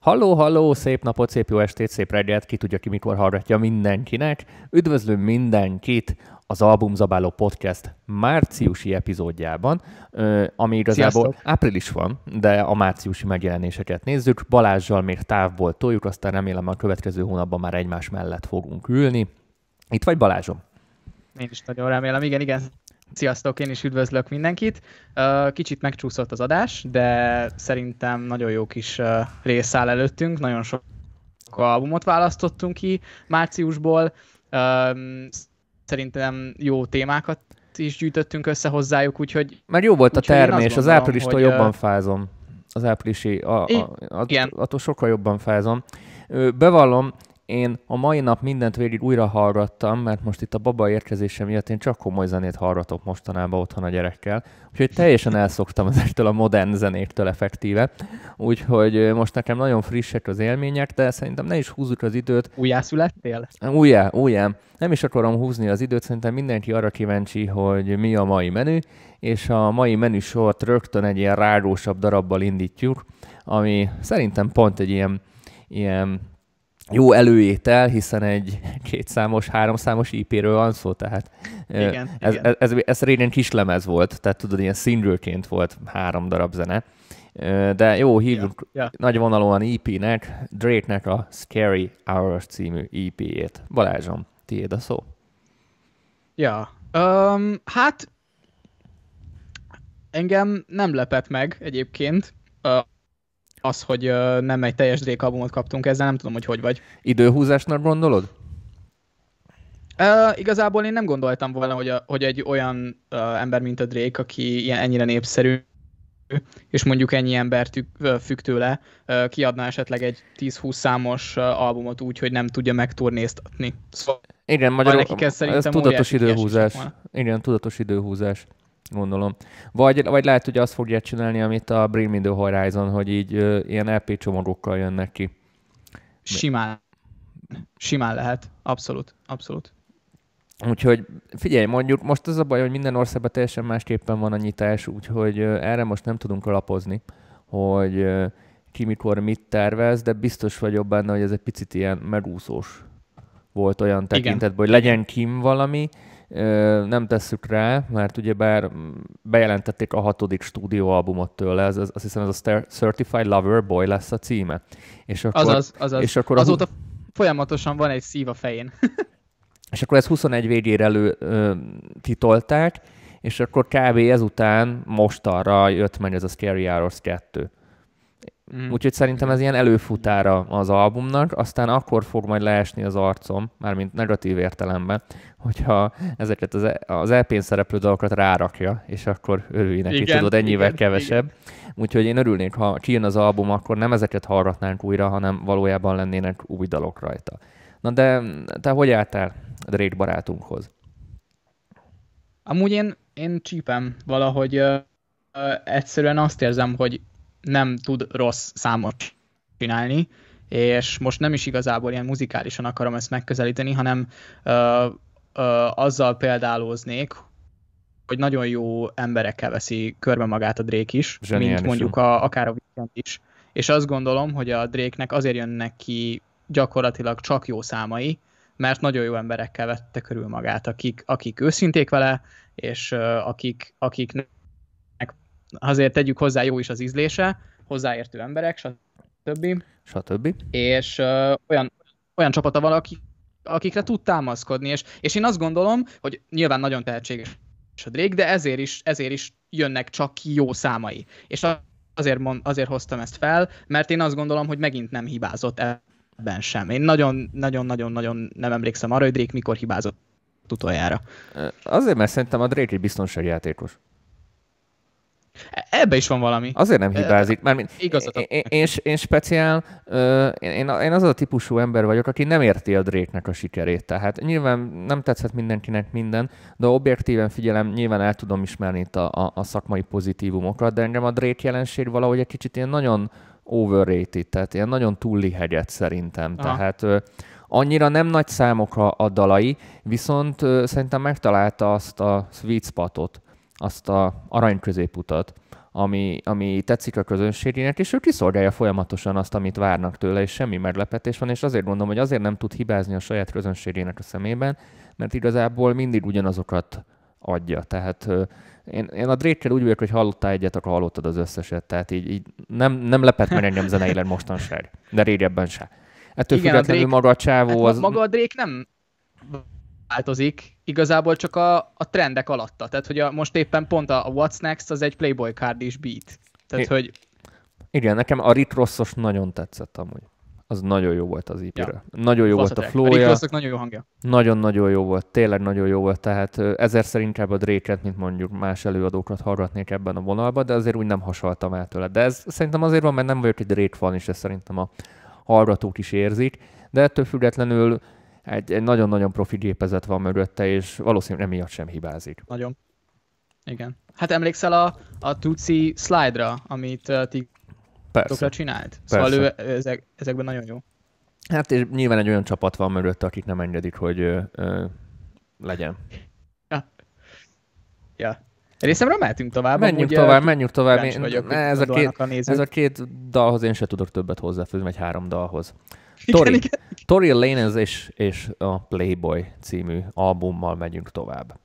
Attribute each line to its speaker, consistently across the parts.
Speaker 1: Halló, halló, szép napot, szép jó estét, szép reggelt, ki tudja ki mikor hallgatja mindenkinek. Üdvözlöm mindenkit az Albumzabáló Podcast márciusi epizódjában, ami igazából
Speaker 2: Sziasztok.
Speaker 1: április van, de a márciusi megjelenéseket nézzük. Balázssal még távból toljuk, aztán remélem a következő hónapban már egymás mellett fogunk ülni. Itt vagy, Balázsom?
Speaker 2: Én is nagyon remélem, igen. Sziasztok, én is üdvözlök mindenkit. Kicsit megcsúszott az adás, de szerintem nagyon jó kis rész áll előttünk. Nagyon sok albumot választottunk ki márciusból. Szerintem jó témákat is gyűjtöttünk össze hozzájuk, úgyhogy...
Speaker 1: Mert jó volt a termés, az áprilistól
Speaker 2: hogy,
Speaker 1: jobban fázom. Az áprilisi, attól sokkal jobban fázom. Bevallom, én a mai nap mindent végig újra hallgattam, mert most itt a baba érkezése miatt én csak komoly zenét hallgatok mostanában otthon a gyerekkel. Úgyhogy teljesen elszoktam ezektől a modern zenéktől effektíve. Úgyhogy most nekem nagyon frissek az élmények, de szerintem ne is húzzuk az időt.
Speaker 2: Újjászülettél?
Speaker 1: Újjá. Nem is akarom húzni az időt, szerintem mindenki arra kíváncsi, hogy mi a mai menü, és a mai menüsort rögtön egy ilyen rágósabb darabbal indítjuk, ami szerintem pont egy ilyen jó előétel, hiszen egy 2 számos, 3 számos IP-ről van szó, tehát
Speaker 2: Igen.
Speaker 1: ez régen kislemez volt, tehát tudod, ilyen single-ként volt 3 darab zene. De jó, hívjuk nagy vonalúan EP-nek, Drake-nek a Scary Hours című EP-jét. Balázsom, tiéd a szó.
Speaker 2: Ja, hát engem nem lepett meg egyébként az, hogy nem egy teljes Drake albumot kaptunk ezzel, nem tudom, hogy vagy.
Speaker 1: Időhúzásnak gondolod?
Speaker 2: Igazából én nem gondoltam volna, hogy egy olyan ember, mint a Drake, aki ennyire népszerű, és mondjuk ennyi embert függ tőle, kiadna esetleg egy 10-20 számos albumot úgy, hogy nem tudja megturnéztatni. Szóval
Speaker 1: igen, magyarul
Speaker 2: ez
Speaker 1: tudatos időhúzás. Igen, tudatos időhúzás, gondolom. Vagy lehet, hogy azt fogják csinálni, amit a Bring Me The Horizon, hogy így ilyen LP csomagokkal jönnek ki.
Speaker 2: Simán lehet. Abszolút.
Speaker 1: Úgyhogy figyelj, mondjuk most az a baj, hogy minden országban teljesen másképpen van a nyitás, úgyhogy erre most nem tudunk alapozni, hogy ki mikor mit tervez, de biztos vagyok benne, hogy ez egy picit ilyen megúszós volt olyan tekintetben, hogy legyen kim valami, nem tesszük rá, mert ugyebár bejelentették a 6. stúdióalbumot tőle, azt hiszem ez a Certified Lover Boy lesz a címe. És akkor,
Speaker 2: azaz.
Speaker 1: És akkor
Speaker 2: azóta folyamatosan van egy szív a fején.
Speaker 1: És akkor ezt 21 végére titolták, és akkor kb. Ezután mostanra jött meg ez a Scary Hours 2. Úgyhogy szerintem ez ilyen előfutára az albumnak, aztán akkor fog majd leesni az arcom, mármint negatív értelemben, hogyha ezeket az EP-n szereplő dolgokat rárakja, és akkor örülj neki, tudod, ennyivel kevesebb. Igen. Úgyhogy én örülnék, ha kijön az album, akkor nem ezeket hallgatnánk újra, hanem valójában lennének új dalok rajta. Na de te hogy álltál Drake barátunkhoz?
Speaker 2: Amúgy én csípem valahogy egyszerűen azt érzem, hogy nem tud rossz számot csinálni, és most nem is igazából ilyen muzikálisan akarom ezt megközelíteni, hanem azzal példálóznék, hogy nagyon jó emberekkel veszi körbe magát a Drake is, mint mondjuk akár a Weeknd is. És azt gondolom, hogy a Drake-nek azért jönnek ki gyakorlatilag csak jó számai, mert nagyon jó emberekkel vette körül magát, akik őszinték vele, és akiknek azért tegyük hozzá, jó is az ízlése, hozzáértő emberek, stb. És olyan csapata van, akikre tud támaszkodni, és én azt gondolom, hogy nyilván nagyon tehetséges a Drake, de ezért is jönnek csak ki jó számai. És azért hoztam ezt fel, mert én azt gondolom, hogy megint nem hibázott ebben sem. Én nagyon nem emlékszem arra, hogy Drake mikor hibázott utoljára.
Speaker 1: Azért, mert szerintem a Drake egy biztonsági játékos.
Speaker 2: Ebbe is van valami.
Speaker 1: Azért nem hibázik. Én speciál, én az a típusú ember vagyok, aki nem érti a Drake-nek a sikerét. Tehát nyilván nem tetszett mindenkinek minden, de objektíven figyelem, nyilván el tudom ismerni itt a szakmai pozitívumokat, de engem a Drake jelenség valahogy egy kicsit ilyen nagyon overrated, tehát ilyen nagyon túllihegyett szerintem. Aha. Tehát annyira nem nagy számok a dalai, viszont szerintem megtalálta azt a sweet spotot, azt a arany középutat, ami tetszik a közönségének, és ő kiszolgálja folyamatosan azt, amit várnak tőle, és semmi meglepetés van, és azért gondolom, hogy azért nem tud hibázni a saját közönségének a szemében, mert igazából mindig ugyanazokat adja. Tehát én a Drake-kel úgy vagyok, hogy hallottál egyet, akkor hallottad az összeset. Tehát így nem lepett meg engem zeneileg mostanság, de régebben se. Ettől függetlenül maga a csávó az...
Speaker 2: Maga a Drake nem változik, igazából csak a trendek alatta. Tehát, hogy most éppen pont a What's Next az egy Playboy Card-is beat. Tehát, hogy...
Speaker 1: Igen, nekem a Rick Ross-os nagyon tetszett amúgy. Az nagyon jó volt az EP-ről. Nagyon jó volt a flowja. A
Speaker 2: Rick Rossnak nagyon jó hangja.
Speaker 1: Nagyon-nagyon jó volt, tényleg nagyon jó volt, tehát ezerszer inkább a Drake-et, mint mondjuk más előadókat hallgatnék ebben a vonalban, de azért úgy nem hasonltam el tőle. De ez szerintem azért van, mert nem vagyok egy Drake fan, és ezt szerintem a hallgatók is érzik, de ettől függetlenül egy nagyon-nagyon profi gépezet van mögötte, és valószínűleg emiatt sem hibázik.
Speaker 2: Nagyon. Igen. Hát emlékszel a Tutsi slide-ra, amit TikTokra csinált? Persze. Szóval ő ezekben nagyon jó.
Speaker 1: Hát és nyilván egy olyan csapat van mögötte, akik nem engedik, hogy legyen.
Speaker 2: Ja. Részemről mehetünk tovább.
Speaker 1: Menjünk tovább. Ez a két dalhoz én se tudok többet hozzáfűzni, vagy 3 dalhoz. Tory Lanez és a Playboy című albummal megyünk tovább.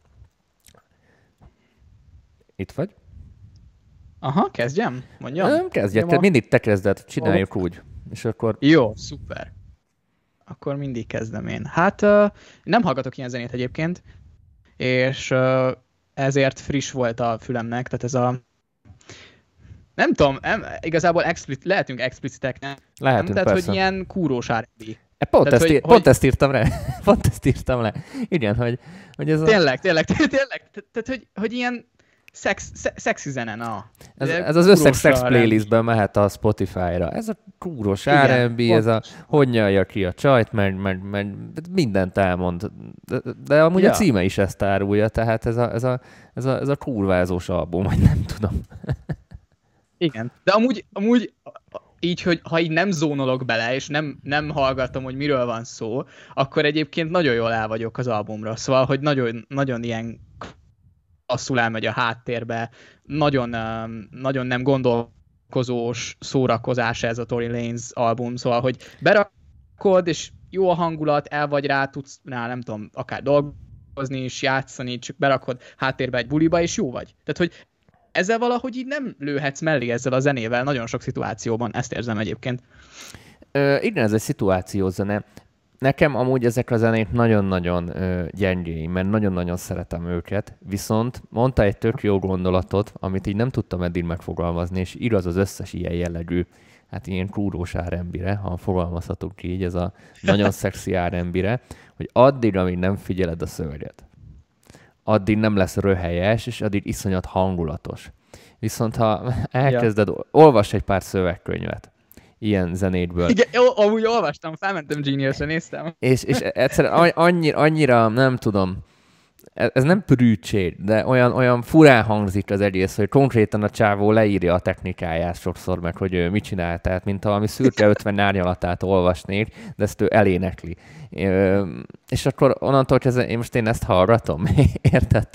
Speaker 1: Itt vagy?
Speaker 2: Aha, kezdjem? Mondjam?
Speaker 1: Nem, kezdjek, mindig te kezded, csináljuk úgy. És akkor...
Speaker 2: Jó, szuper. Akkor mindig kezdem én. Hát nem hallgatok ilyen zenét egyébként, és ezért friss volt a fülemnek, tehát ez a... Nem tudom, igazából lehetünk explicitek, nem?
Speaker 1: Lehetünk,
Speaker 2: tehát,
Speaker 1: persze.
Speaker 2: hogy ilyen kúrós R&B.
Speaker 1: Pont ezt írtam le. Igen, hogy ez
Speaker 2: Tényleg. Tehát, hogy ilyen szexi zene, na.
Speaker 1: Ez az összes szex playlistben mehet a Spotify-ra. Ez a kúros R&B, ez a hogy nyalja ki a csajt, meg mindent elmond. De amúgy a címe is ezt árulja, tehát ez a kurvázós album, vagy nem tudom.
Speaker 2: Igen, de amúgy így, hogy ha így nem zónolook bele, és nem hallgatom, hogy miről van szó, akkor egyébként nagyon jól el vagyok az albumra. Szóval, hogy nagyon, nagyon ilyen asszul elmegy a háttérbe, nagyon nem gondolkozós szórakozás ez a Tory Lanez album, szóval, hogy berakod, és jó a hangulat, el vagy rá, tudsz nem tudom, akár dolgozni is, játszani, csak berakod háttérbe egy buliba, és jó vagy. Tehát, hogy ezzel valahogy így nem lőhetsz mellé ezzel a zenével nagyon sok szituációban, ezt érzem egyébként.
Speaker 1: Igen, ez egy szituációzene. Nekem amúgy ezek a zenét nagyon-nagyon gyengéim, mert nagyon-nagyon szeretem őket, viszont mondta egy tök jó gondolatot, amit így nem tudtam eddig megfogalmazni, és igaz az összes ilyen jellegű, hát ilyen kúrós R&B-re, ha fogalmazhatunk így, ez a nagyon szexi R&B-re, hogy addig, amíg nem figyeled a szöveget, addig nem lesz röhelyes, és addig iszonyat hangulatos. Viszont ha elkezded, olvass egy pár szövegkönyvet ilyen zenékből.
Speaker 2: Igen, amúgy olvastam, felmentem Genius-re, néztem.
Speaker 1: És egyszerűen annyira, nem tudom, ez nem prűtség, de olyan furán hangzik az egész, hogy konkrétan a csávó leírja a technikáját sokszor, meg hogy ő mit csinál, tehát mint valami szürke 50 árnyalatát olvasnék, de ezt ő elénekli. És akkor onnantól kezdve, én ezt hallgatom, érted?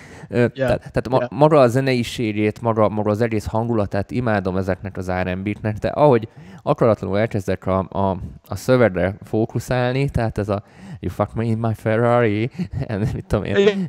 Speaker 1: Tehát maga a zeneiségét, maga az egész hangulatát imádom ezeknek az R&B-knek, de ahogy akaratlanul elkezdek a szövegre fókuszálni, tehát ez a you fuck me in my Ferrari, mit tudom én,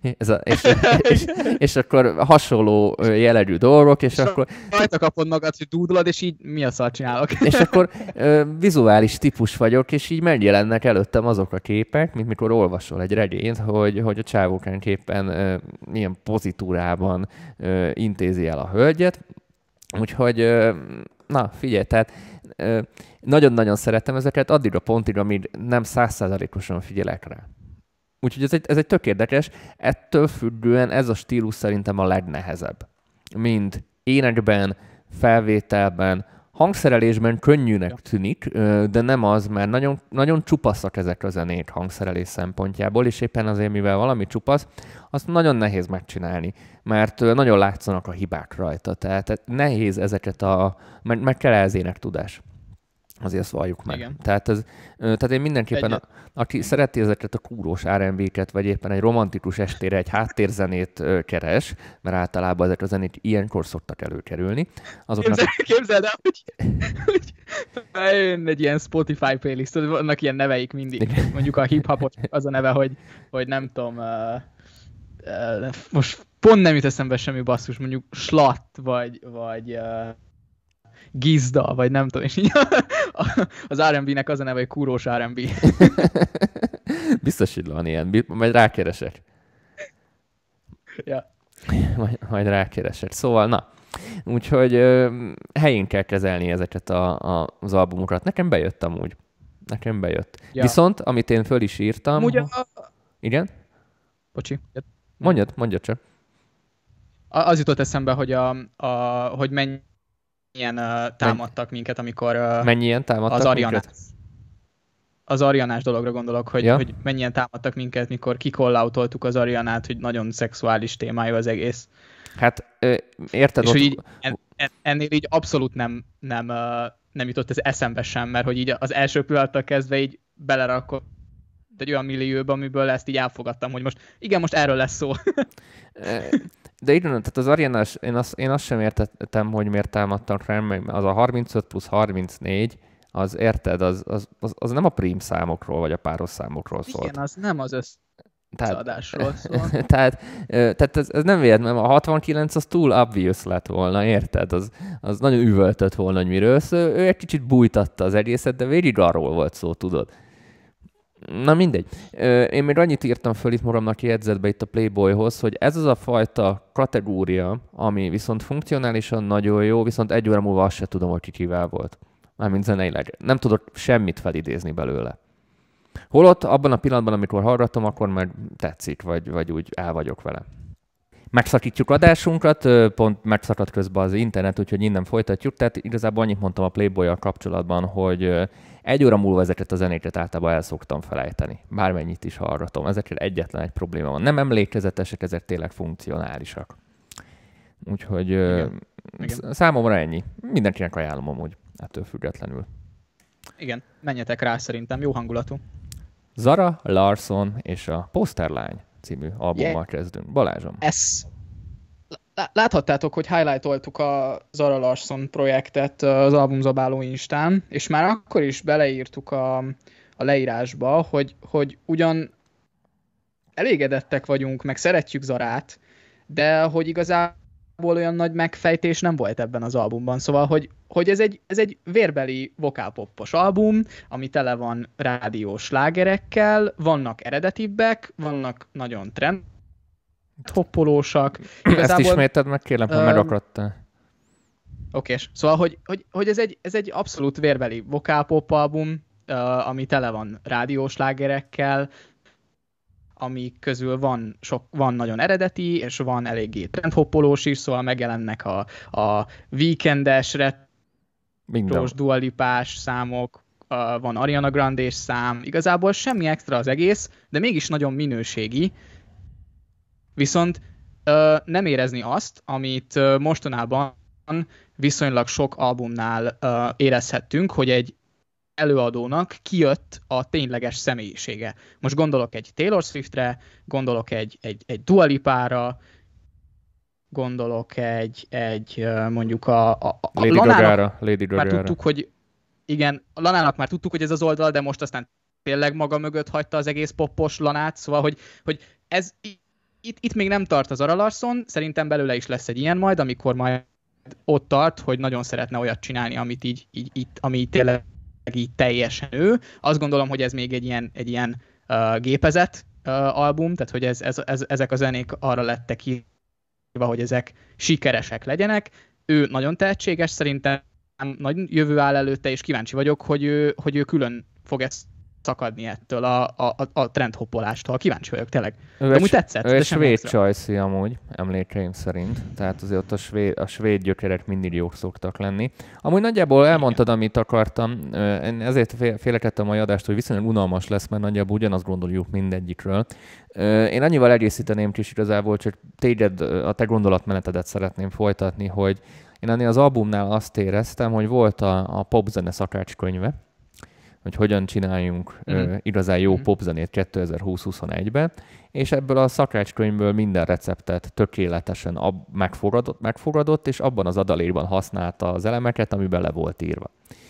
Speaker 1: és akkor hasonló jellegű dolgok, és akkor...
Speaker 2: Rajta kapod magad, hogy dúdolod, és így mi a szart csinálok.
Speaker 1: És akkor vizuális típus vagyok, és így megjelennek előttem azok a képek, mint mikor olvasol egy regényt, hogy a csávókánképpen milyen pozitúrában intézi el a hölgyet. Úgyhogy, na figyelj, tehát nagyon-nagyon szeretem ezeket addig a pontig, amíg nem 100%-osan figyelek rá. Úgyhogy ez egy tök érdekes, ettől függően ez a stílus szerintem a legnehezebb. Mind énekben, felvételben, hangszerelésben könnyűnek tűnik, de nem az, mert nagyon, nagyon csupaszak ezek a zenék hangszerelés szempontjából, és éppen azért, mivel valami csupasz, azt nagyon nehéz megcsinálni, mert nagyon látszanak a hibák rajta, tehát nehéz ezeket meg kell ez énektudás. Azért ezt valljuk meg. Igen. Tehát én mindenképpen, aki szereti ezeket a kúrós R&B-ket, vagy éppen egy romantikus estére egy háttérzenét keres, mert általában ezek a zenét ilyenkor szoktak előkerülni.
Speaker 2: Képzeld el, hogy bejön egy ilyen Spotify playlist, vannak ilyen neveik mindig. Igen. Mondjuk a hip-hopot az a neve, hogy nem tudom, most pont nem jut eszembe semmi basszus, mondjuk Slat, vagy Gizda, vagy nem tudom, és így az R&B-nek az a neve, hogy kúrós R&B.
Speaker 1: Biztos, hogy van ilyen, majd rákeresek.
Speaker 2: Ja.
Speaker 1: Majd rákeresek. Szóval, na, úgyhogy helyén kell kezelni ezeket az albumokat. Nekem bejött amúgy. Ja. Viszont, amit én föl is írtam... Igen?
Speaker 2: Bocsi.
Speaker 1: Mondjad csak.
Speaker 2: Az jutott eszembe, hogy mennyien támadtak minket, amikor
Speaker 1: mennyien támadtak minket?
Speaker 2: Az Arianás dologra gondolok, hogy mennyien támadtak minket, mikor kikollautoltuk az Arianát, hogy nagyon szexuális témájú az egész.
Speaker 1: Hát érted?
Speaker 2: És hogy így, ennél így abszolút nem jutott ez eszembe sem, mert hogy így az első pillanattal kezdve így belerakott egy olyan millióba, amiből ezt így elfogadtam, hogy most erről lesz szó.
Speaker 1: De így tehát az Arianás, én azt sem értettem, hogy miért támadtak rám, meg az a 35 plusz 34, az érted, az nem a prím számokról, vagy a páros számokról szólt.
Speaker 2: Igen, az nem az összeadásról szól.
Speaker 1: Tehát ez nem véletlen, mert a 69 az túl obvious lett volna, érted? Az nagyon üvöltött volna, hogy miről szól. Ő egy kicsit bújtatta az egészet, de végig arról volt szó, tudod. Na mindegy. Én még annyit írtam föl itt magamnak jegyzetbe itt a Playboyhoz, hogy ez az a fajta kategória, ami viszont funkcionálisan nagyon jó, viszont egy óra múlva azt se tudom, hogy kivel volt. Mármint zeneileg. Nem tudok semmit felidézni belőle. Holott abban a pillanatban, amikor hallgatom, akkor már tetszik, vagy úgy el vagyok vele. Megszakítjuk adásunkat, pont megszakadt közben az internet, úgyhogy innen folytatjuk. Tehát igazából annyit mondtam a Playboy-jal kapcsolatban, hogy egy óra múlva ezeket a zenéket általában el szoktam felejteni. Bármennyit is hallgatom. Ezekkel egyetlen egy probléma van. Nem emlékezetesek, ezek tényleg funkcionálisak. Úgyhogy igen. Számomra ennyi. Mindenkinek ajánlom amúgy, ettől függetlenül.
Speaker 2: Igen, menjetek rá szerintem, jó hangulatú.
Speaker 1: Zara Larsson és a Posterlány című albummal kezdünk. Balázsom.
Speaker 2: Láthattátok, hogy highlightoltuk a Zara Larsson projektet az albumzabáló Instán, és már akkor is beleírtuk a leírásba, hogy ugyan elégedettek vagyunk, meg szeretjük Zarát, de hogy igazából olyan nagy megfejtés nem volt ebben az albumban. Szóval, hogy ez egy vérbeli vokálpoppos album, ami tele van rádiós slágerekkel, vannak eredetibbek, vannak nagyon trendhoppolósak.
Speaker 1: Ezt isméted meg, kérlem, ha megakadtál.
Speaker 2: Okés. Szóval, hogy ez egy abszolút vérbeli vokálpop album, ami tele van rádiós slágerekkel, ami közül van nagyon eredeti, és van eléggé trendhoppolós is, szóval megjelennek a weekendes, retros, Dua Lipás számok, van Ariana Grande-s szám, igazából semmi extra az egész, de mégis nagyon minőségi. Viszont nem érezni azt, amit mostanában viszonylag sok albumnál érezhettünk, hogy egy előadónak kijött a tényleges személyisége. Most gondolok egy Taylor Swiftre, gondolok egy Dua Lipára, gondolok egy mondjuk a
Speaker 1: Lady Gaga-ra.
Speaker 2: Már tudtuk, hogy igen, a Lanának már tudtuk, hogy ez az oldal, de most aztán tényleg maga mögött hagyta az egész poppos Lanát, szóval, hogy ez itt még nem tart az Zara Larsson, szerintem belőle is lesz egy ilyen majd, amikor majd ott tart, hogy nagyon szeretne olyat csinálni, amit ami tényleg így teljesen ő. Azt gondolom, hogy ez még egy ilyen gépezet album, tehát hogy ezek a zenék arra lettek írva, hogy ezek sikeresek legyenek. Ő nagyon tehetséges, szerintem nagy jövő áll előtte, és kíváncsi vagyok, hogy ő külön fog ezt szakadni ettől a trendhoppolástól. Kíváncsi vagyok, tényleg. Amúgy tetszett.
Speaker 1: Ő egy svéd csajszi amúgy, emlékeim szerint. Tehát azért ott a svéd gyökerek mindig jók szoktak lenni. Amúgy nagyjából elmondtad, amit akartam. Én ezért félrekedtem a adást, hogy viszonylag unalmas lesz, mert nagyjából ugyanazt gondoljuk mindegyikről. Én annyival egészíteném kis igazából, csak téged, a te gondolatmenetedet szeretném folytatni, hogy Én ennél az albumnál azt éreztem, hogy volt a popzene szakácskönyve, hogy hogyan csináljunk igazán jó popzenét 2020-21-ben, és ebből a szakácskönyvből minden receptet tökéletesen megfogadott, és abban az adalékban használta az elemeket, amiben le volt írva.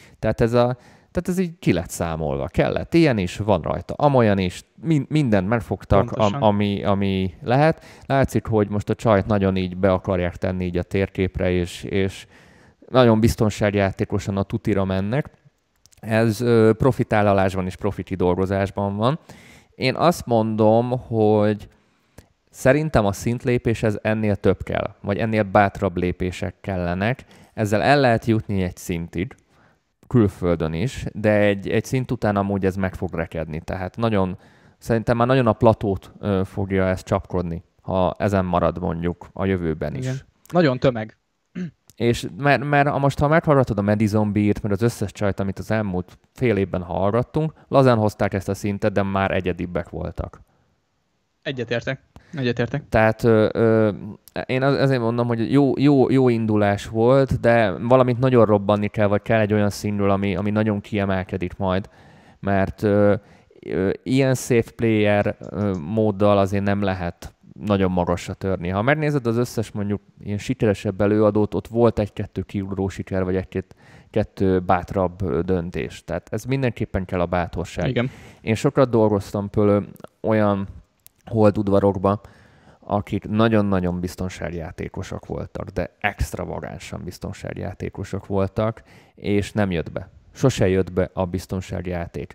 Speaker 1: Tehát ez így ki lett számolva. Kellett ilyen is, van rajta amolyan is, mindent megfogtak, ami lehet. Látszik, hogy most a csajt nagyon így be akarják tenni így a térképre, és nagyon biztonságjátékosan a tutira mennek. Ez profitállalásban és profiti dolgozásban van. Én azt mondom, hogy szerintem a szintlépéshez ennél több kell, vagy ennél bátrabb lépések kellenek. Ezzel el lehet jutni egy szintig, külföldön is, de egy szint után amúgy ez meg fog rekedni. Tehát szerintem már nagyon a platót fogja ezt csapkodni, ha ezen marad mondjuk a jövőben is.
Speaker 2: Igen. Nagyon tömeg.
Speaker 1: És mert most, ha meghallgatod a Madison Beat, mert az összes csajt, amit az elmúlt fél évben hallgattunk, lazán hozták ezt a szintet, de már egyedibbek voltak.
Speaker 2: Egyetértek.
Speaker 1: Tehát én azért mondom, hogy jó indulás volt, de valamit nagyon robbanni kell, vagy kell egy olyan színről, ami nagyon kiemelkedik majd, mert ilyen safe player móddal azért nem lehet nagyon magasra törni. Ha megnézed az összes mondjuk ilyen sikeresebb előadót, ott volt egy-kettő kiugró siker, vagy egy-kettő bátrabb döntés. Tehát ez mindenképpen kell a bátorság.
Speaker 2: Igen.
Speaker 1: Én sokat dolgoztam olyan holdudvarokba, akik nagyon-nagyon biztonságjátékosok voltak, de extravagánsan biztonságjátékosok voltak, és nem jött be. Sose jött be a biztonságjáték.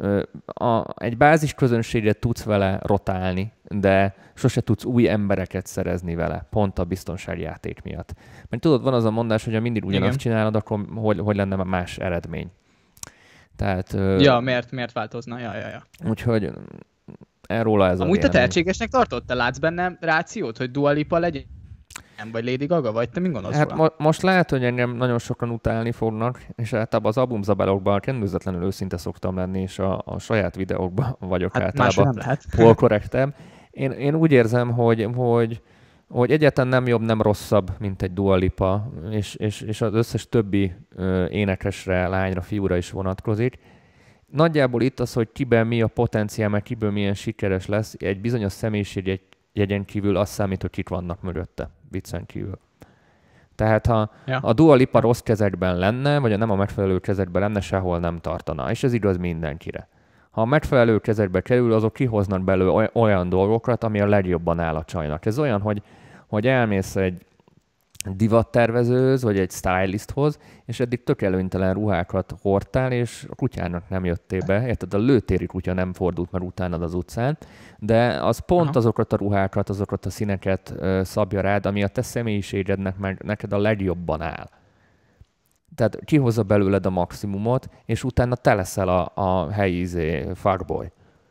Speaker 1: Egy bázis közönséget tudsz vele rotálni, de sose tudsz új embereket szerezni vele, pont a biztonságjáték miatt. Mert tudod, van az a mondás, hogy ha mindig ugyanazt csinálod, akkor hogy lenne más eredmény. Tehát,
Speaker 2: miért változna? Ja.
Speaker 1: Úgyhogy róla ez
Speaker 2: amúgy te tehetségesnek tartott? Te látsz benne rációt, hogy Dua Lipa legyen? Nem vagy Lady Gaga, vagy te mi gondolsz?
Speaker 1: Hát most lehet, hogy engem nagyon sokan utálni fognak, és általában az albumzabálokban rendőzetlenül őszinte szoktam lenni, és a saját videókban vagyok általában polkorrektebb. Én úgy érzem, hogy egyáltalán nem jobb, nem rosszabb, mint egy Dua Lipa, és az összes többi énekesre, lányra, fiúra is vonatkozik. Nagyjából itt az, hogy kiben mi a potenciál, meg kiből milyen sikeres lesz, egy bizonyos személyiség jegyen kívül azt számít, hogy kik vannak mögötte, viccen kívül. Tehát ha a Dua Lipa rossz kezekben lenne, vagy nem a megfelelő kezekben lenne, sehol nem tartana. És ez igaz mindenkire. Ha a megfelelő kezekbe kerül, azok kihoznak belőle olyan dolgokat, ami a legjobban áll a csajnak. Ez olyan, hogy elmész egy divattervezőhöz, vagy egy stylisthoz, és eddig tök előnytelen ruhákat hordtál, és a kutyának nem jöttél be. Érted, a lőtéri kutya nem fordult meg utánad az utcán, de az pont azokat a ruhákat, azokat a színeket szabja rád, ami a te személyiségednek meg neked a legjobban áll. Tehát kihozza belőled a maximumot, és utána te leszel a helyi fuckboy.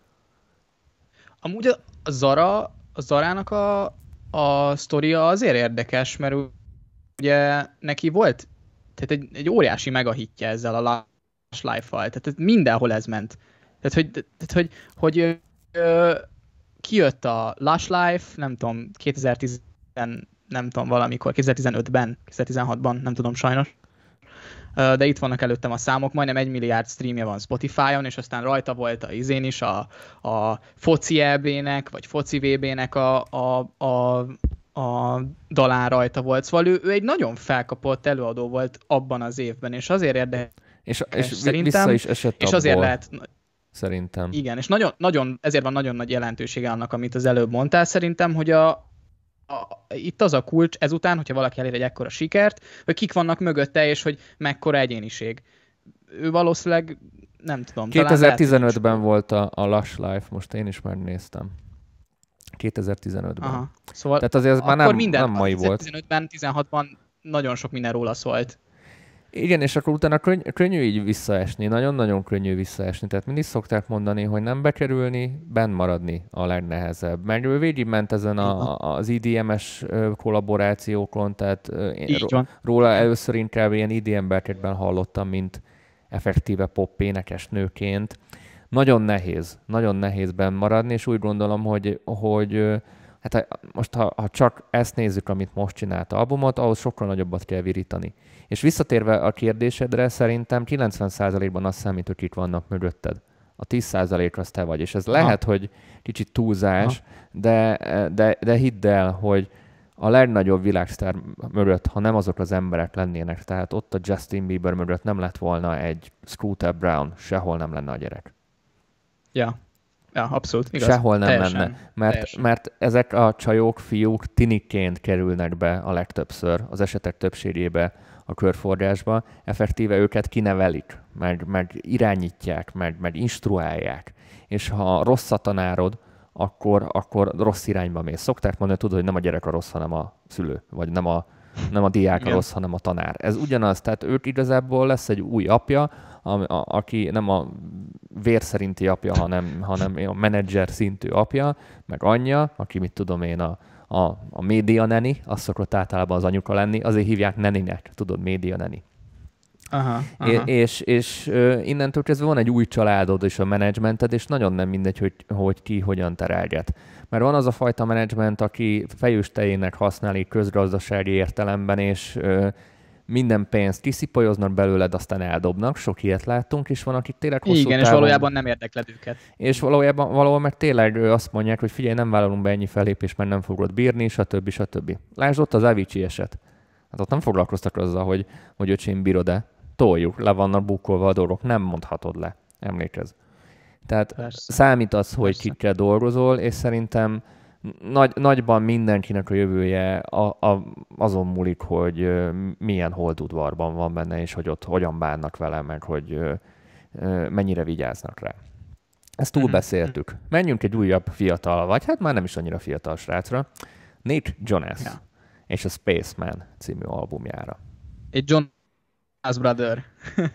Speaker 2: Amúgy a Zarának a sztoria azért érdekes, mert ugye neki volt tehát egy óriási megahitja ezzel a Lush Life-val, tehát mindenhol ez ment. Tehát, hogy kijött a Lush Life, nem tudom, 2010, nem tudom, valamikor, 2015-ben, 2016-ban, nem tudom sajnos. De itt vannak előttem a számok, majdnem 1 milliárd streamje van Spotify-on, és aztán rajta volt a izén is, a foci EB-nek, vagy foci VB-nek a dalán rajta volt. Szóval ő egy nagyon felkapott előadó volt abban az évben, és azért érdekes
Speaker 1: és
Speaker 2: szerintem.
Speaker 1: Vissza is esett
Speaker 2: és azért lehet...
Speaker 1: Szerintem.
Speaker 2: Igen, és ezért van nagyon nagy jelentősége annak, amit az előbb mondtál. Szerintem, hogy itt az a kulcs ezután, hogyha valaki elér egy ekkora sikert, hogy kik vannak mögötte, és hogy mekkora egyéniség. Ő valószínűleg, nem tudom.
Speaker 1: 2015-ben volt a Lush Life, most én is megnéztem. 2015-ben.
Speaker 2: Aha. Szóval
Speaker 1: tehát azért ez már nem mai volt.
Speaker 2: 2015-ben, 16-ban nagyon sok minden róla szólt.
Speaker 1: Igen, és akkor utána könnyű így visszaesni, nagyon-nagyon könnyű visszaesni. Tehát mindig szokták mondani, hogy nem bekerülni, benn maradni a legnehezebb. Mert ő végigment ezen az IDM-es kollaborációkon, tehát én róla először inkább ilyen IDM berkekben hallottam, mint effektíve pop énekes nőként. Nagyon nehéz benn maradni, és úgy gondolom, hogy Hát most, ha csak ezt nézzük, amit most csinált albumot, ahhoz sokkal nagyobbat kell virítani. És visszatérve a kérdésedre, szerintem 90%-ban azt számít, hogy kik vannak mögötted. A 10% az te vagy. És ez lehet, hogy kicsit túlzás, de hidd el, hogy a legnagyobb világsztár mögött, ha nem azok az emberek lennének, tehát ott a Justin Bieber mögött nem lett volna egy Scooter Brown, sehol nem lenne a gyerek.
Speaker 2: Ja, abszolút, igaz.
Speaker 1: Sehol nem lenne. Mert ezek a csajok, fiúk tiniként kerülnek be a legtöbbször, az esetek többségébe a körforgásba. Effektíve őket kinevelik, meg irányítják, meg instruálják. És ha rossz a tanárod, akkor rossz irányba mész. Szokták mondani, tudod, hogy nem a gyerek a rossz, hanem a szülő, vagy nem a diák a rossz, hanem a tanár. Ez ugyanaz, tehát ők igazából lesz egy új apja, aki nem a vér szerinti apja, hanem a menedzser szintű apja, meg anyja, aki mit tudom én, a média neni, az szokott általában az anyuka lenni, azért hívják neninek, tudod, média neni.
Speaker 2: Aha.
Speaker 1: És innentől kezdve van egy új családod és a menedzsmented, és nagyon nem mindegy, hogy ki hogyan terelget. Mert van az a fajta menedzsment, aki fejőstejének használja közgazdasági értelemben, és minden pénzt kiszipolyoznak belőled, aztán eldobnak, sok ilyet láttunk, és van, akik tényleg hosszú távon...
Speaker 2: és valójában nem érdekled őket.
Speaker 1: És valahol meg tényleg azt mondják, hogy figyelj, nem vállalunk be ennyi fellépést, mert nem fogod bírni, stb. Lásd ott az Avicii eset. Hát ott nem foglalkoztak azzal, hogy öcsém bírod-e. Toljuk, le vannak bukkolva a dolgok, nem mondhatod le. Emlékezz. Tehát számít az, hogy kikkel dolgozol, és szerintem nagyban mindenkinek a jövője azon múlik, hogy milyen holdudvarban van benne, és hogy ott hogyan bánnak vele, meg hogy mennyire vigyáznak rá. Ezt túlbeszéltük. Menjünk egy újabb fiatal, vagy hát már nem is annyira fiatal srácra. Nick Jonas és a Spaceman című albumjára.
Speaker 2: Egy Jonas Brother.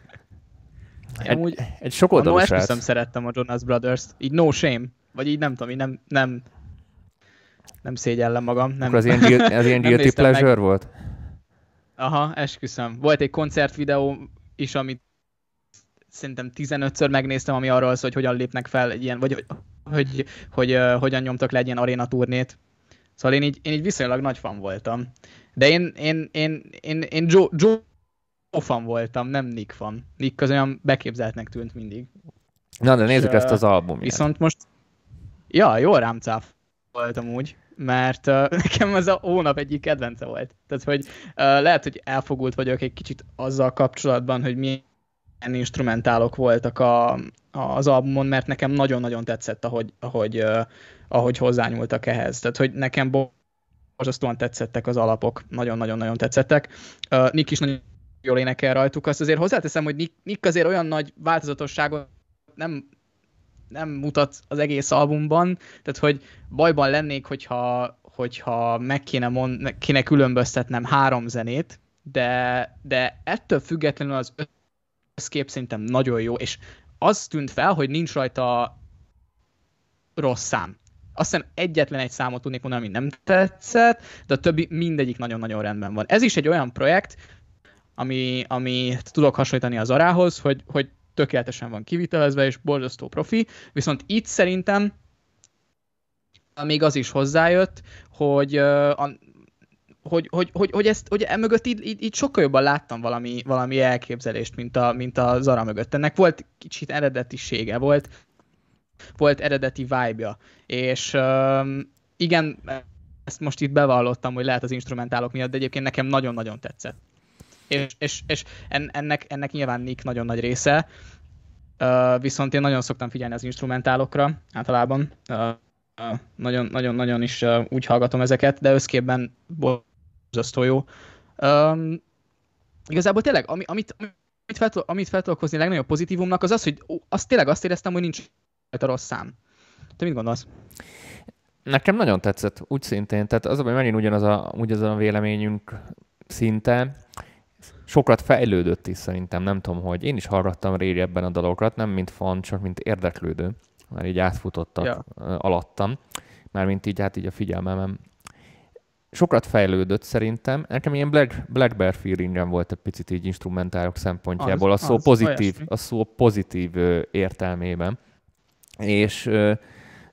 Speaker 1: Egy sokoldalú srác.
Speaker 2: Esküszöm, szerettem a Jonas Brothers-t. Így no shame. Vagy így nem tudom, így nem szégyellem magam. Nem.
Speaker 1: Akkor az ilyen guilty pleasure volt?
Speaker 2: Aha, esküszöm. Volt egy koncertvideó is, amit szerintem 15-ször megnéztem, ami arról szól, hogy hogyan lépnek fel egy ilyen, vagy hogy hogyan nyomtak le egy ilyen aréna turnét. Szóval én így viszonylag nagy fan voltam. De én Joe fan voltam, nem Nick fan. Nick az olyan beképzeltnek tűnt mindig.
Speaker 1: Na, de nézzük ezt az albumját.
Speaker 2: Viszont most... Ja, jól rám cáf voltam úgy, mert nekem ez a hónap egyik kedvence volt. Tehát, hogy lehet, hogy elfogult vagyok egy kicsit azzal kapcsolatban, hogy milyen instrumentálok voltak az albumon, mert nekem nagyon-nagyon tetszett, ahogy hozzányúltak ehhez. Tehát, hogy nekem borzasztóan tetszettek az alapok. Nagyon-nagyon-nagyon tetszettek. Nick is nagyon jól énekel rajtuk. Azt azért hozzáteszem, hogy Nick azért olyan nagy változatosságot nem mutat az egész albumban, tehát hogy bajban lennék, hogyha meg kéne különböztetnem 3 zenét, de ettől függetlenül az összkép szerintem nagyon jó, és az tűnt fel, hogy nincs rajta rossz szám. Azt hiszem egyetlen egy számot tudnék mondani, ami nem tetszett, de a többi mindegyik nagyon-nagyon rendben van. Ez is egy olyan projekt, ami tudok hasonlítani az Arához, hogy tökéletesen van kivitelezve, és borzasztó profi, viszont itt szerintem még az is hozzájött, hogy emögött így sokkal jobban láttam valami elképzelést, mint a Zara mögött. Ennek volt kicsit eredetisége, volt eredeti vibe-ja, és igen, ezt most itt bevallottam, hogy lehet az instrumentálok miatt, de egyébként nekem nagyon-nagyon tetszett. És ennek nyilván Nick nagyon nagy része, viszont én nagyon szoktam figyelni az instrumentálokra általában. Nagyon is úgy hallgatom ezeket, de összképben borzasztó jó. Igazából tényleg, amit fel tudok hozni legnagyobb pozitívumnak, az, hogy tényleg azt éreztem, hogy nincs rajta rossz szám. Te mit gondolsz?
Speaker 1: Nekem nagyon tetszett, úgy szintén. Tehát az, hogy megint ugyanaz a véleményünk szinte. Sokat fejlődött is szerintem, nem tudom, hogy én is hallgattam régebben a dalokat, nem mint fan, csak mint érdeklődő, már így átfutottak alattam, mármint így így a figyelmem. Sokat fejlődött szerintem, nekem ilyen Black Bear feelingem volt egy picit így instrumentálok szempontjából, a szó pozitív értelmében. És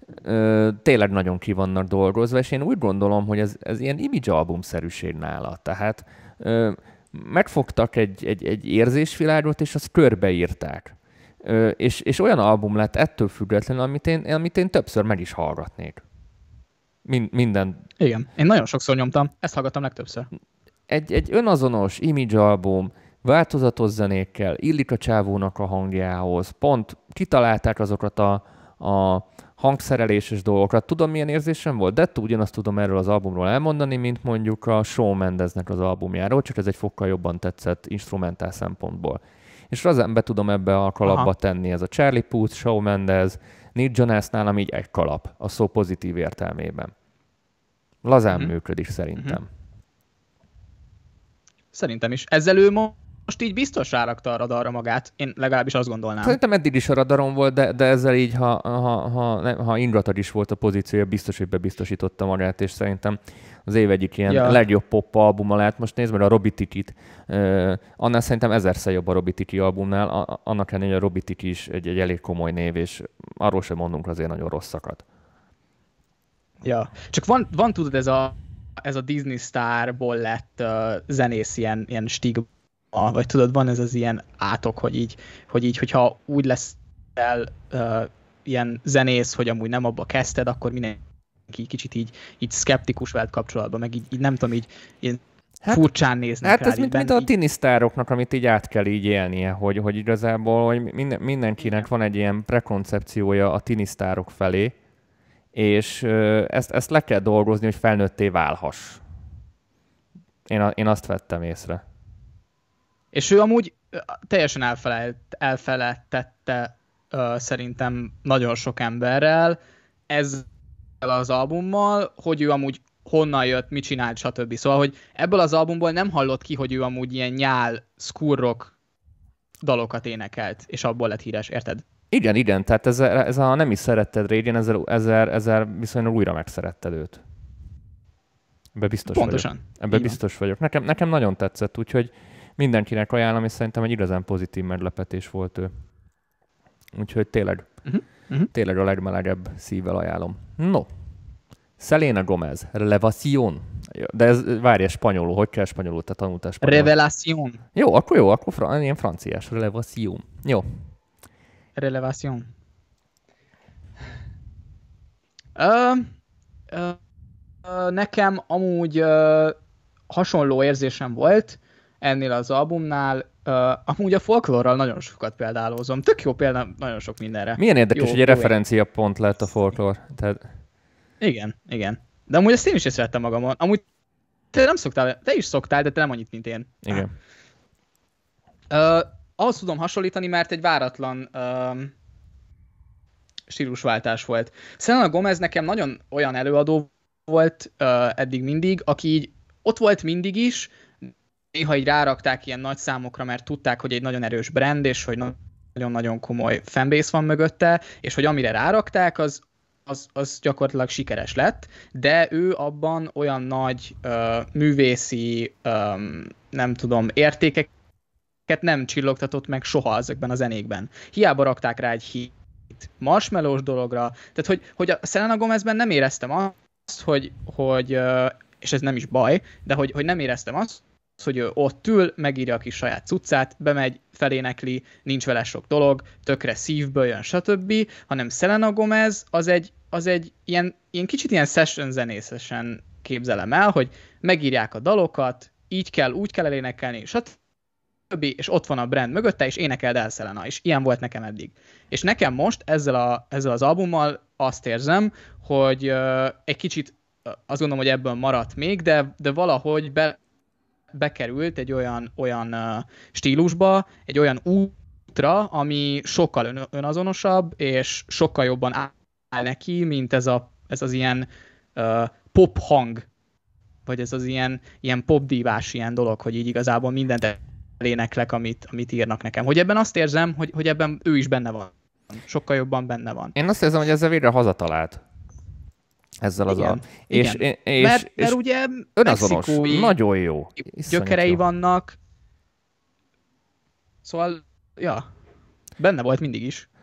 Speaker 1: tényleg nagyon ki vannak dolgozva, és én úgy gondolom, hogy ez ilyen image album-szerűség nála. Tehát megfogtak egy érzésvilágot, és azt körbeírták. És olyan album lett ettől függetlenül, amit én többször meg is hallgatnék. Minden.
Speaker 2: Igen, én nagyon sokszor nyomtam, ezt hallgattam legtöbbször.
Speaker 1: Egy önazonos image album, változatos zenékkel, illik a csávónak a hangjához, pont kitalálták azokat a hangszereléses dolgokat. Tudom, milyen érzésem volt? De ugyanazt tudom erről az albumról elmondani, mint mondjuk a Shawn Mendesnek az albumjáról, csak ez egy fokkal jobban tetszett instrumentál szempontból. És az be tudom ebbe a kalapba tenni, ez a Charlie Puth, Shawn Mendes, Nick Jonas nálam így egy kalap, a szó pozitív értelmében. Lazán működik szerintem.
Speaker 2: Szerintem is. Ezzel ő most így biztos rárakta a radarra magát. Én legalábbis azt gondolnám.
Speaker 1: Szerintem eddig is a radaron volt, de ezzel így, ha ingratag is volt a pozíciója, biztos, hogy bebiztosította magát, és szerintem az év egyik ilyen legjobb pop albuma lehet. Most nézd meg a Robbie Tikit. Annál szerintem ezerszer jobb a Robbie Tiki albumnál. Annak ellenére, hogy a Robbie Tiki is egy elég komoly név, és arról sem mondunk azért nagyon rosszakat.
Speaker 2: Ja, csak van tudod ez a Disney sztárból lett zenész ilyen stigma, vagy tudod, van ez az ilyen átok, hogy így, hogyha úgy leszel ilyen zenész, hogy amúgy nem abba kezdted, akkor mindenki kicsit így szkeptikus veled kapcsolatban, meg így nem tudom, így furcsán néznek
Speaker 1: rád. Hát ez mint a tini sztároknak, amit így át kell így élnie, hogy igazából hogy mindenkinek van egy ilyen prekoncepciója a tini sztárok felé, és ezt le kell dolgozni, hogy felnőtté válhass. Én azt vettem észre.
Speaker 2: És ő amúgy teljesen elfelejtette szerintem nagyon sok emberrel ezzel az albummal, hogy ő amúgy honnan jött, mit csinált, stb. Szóval, hogy ebből az albumból nem hallott ki, hogy ő amúgy ilyen nyál, school rock dalokat énekelt, és abból lett híres, érted?
Speaker 1: Igen, tehát ez a nem is szeretted régen, ezzel viszonylag újra megszeretted őt. Ebben biztos
Speaker 2: Pontosan.
Speaker 1: vagyok. Ebben biztos vagyok. Nekem nagyon tetszett, úgyhogy mindenkinek ajánlom, és szerintem egy igazán pozitív meglepetés volt ő. Úgyhogy tényleg a legmelegebb szívvel ajánlom. No, Selena Gomez, Revelación. De ez, várj, spanyolul, hogy kell spanyolul? Te tanultál spanyolul.
Speaker 2: Revelación.
Speaker 1: Akkor ilyen franciás. Revelación. Jó.
Speaker 2: Revelación. Nekem amúgy hasonló érzésem volt ennél az albumnál. Amúgy a folklórral nagyon sokat példálózom. Tök jó példa nagyon sok mindenre.
Speaker 1: Milyen érdekes, hogy egy referenciapont lett a folklór. Tehát...
Speaker 2: Igen. De amúgy ezt én is észrevettem magamon. Amúgy te is szoktál, de te nem annyit, mint én.
Speaker 1: Igen.
Speaker 2: Ahhoz tudom hasonlítani, mert egy váratlan stílusváltás volt. Selena Gomez nekem nagyon olyan előadó volt eddig mindig, aki így ott volt mindig is, néha így rárakták ilyen nagy számokra, mert tudták, hogy egy nagyon erős brand, és hogy nagyon-nagyon komoly fanbase van mögötte, és hogy amire rárakták, az gyakorlatilag sikeres lett, de ő abban olyan nagy művészi, nem tudom, értékeket nem csillogtatott meg soha ezekben a zenékben. Hiába rakták rá egy hit marshmallows dologra, tehát hogy a Selena Gomezben nem éreztem azt, hogy és ez nem is baj, de hogy nem éreztem azt, hogy ő ott ül, megírja a kis saját cuccát, bemegy, felénekli, nincs vele sok dolog, tökre szívből jön, stb., hanem Selena Gomez az egy ilyen kicsit ilyen session zenészesen képzelem el, hogy megírják a dalokat, így kell, úgy kell elénekelni, stb., és ott van a brand mögötte, és énekeld el Selena, és ilyen volt nekem eddig. És nekem most ezzel az albummal azt érzem, hogy egy kicsit azt gondolom, hogy ebből maradt még, de valahogy bekerült egy olyan stílusba, egy olyan útra, ami sokkal önazonosabb, és sokkal jobban áll neki, mint ez az ilyen pop hang, vagy ez az ilyen popdívás ilyen dolog, hogy így igazából mindent eléneklek, amit írnak nekem. Hogy ebben azt érzem, hogy ebben ő is benne van. Sokkal jobban benne van.
Speaker 1: Én azt érzem, hogy ezzel végre hazatalált. Ezzel az
Speaker 2: igen. Mert ugye
Speaker 1: önazonos, nagyon jó.
Speaker 2: Gyökerei jó. Vannak. Szóval, ja, benne volt mindig is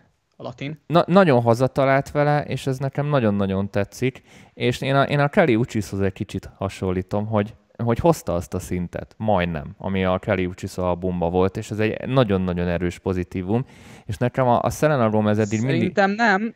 Speaker 2: a latin.
Speaker 1: Nagyon hazatalált vele, és ez nekem nagyon-nagyon tetszik, és én a Kelly Uchishoz egy kicsit hasonlítom, hogy hozta azt a szintet, majdnem, ami a Kelly Uchis albumban volt, és ez egy nagyon-nagyon erős pozitívum, és nekem a Selena Gomez eddig
Speaker 2: Szerintem nem,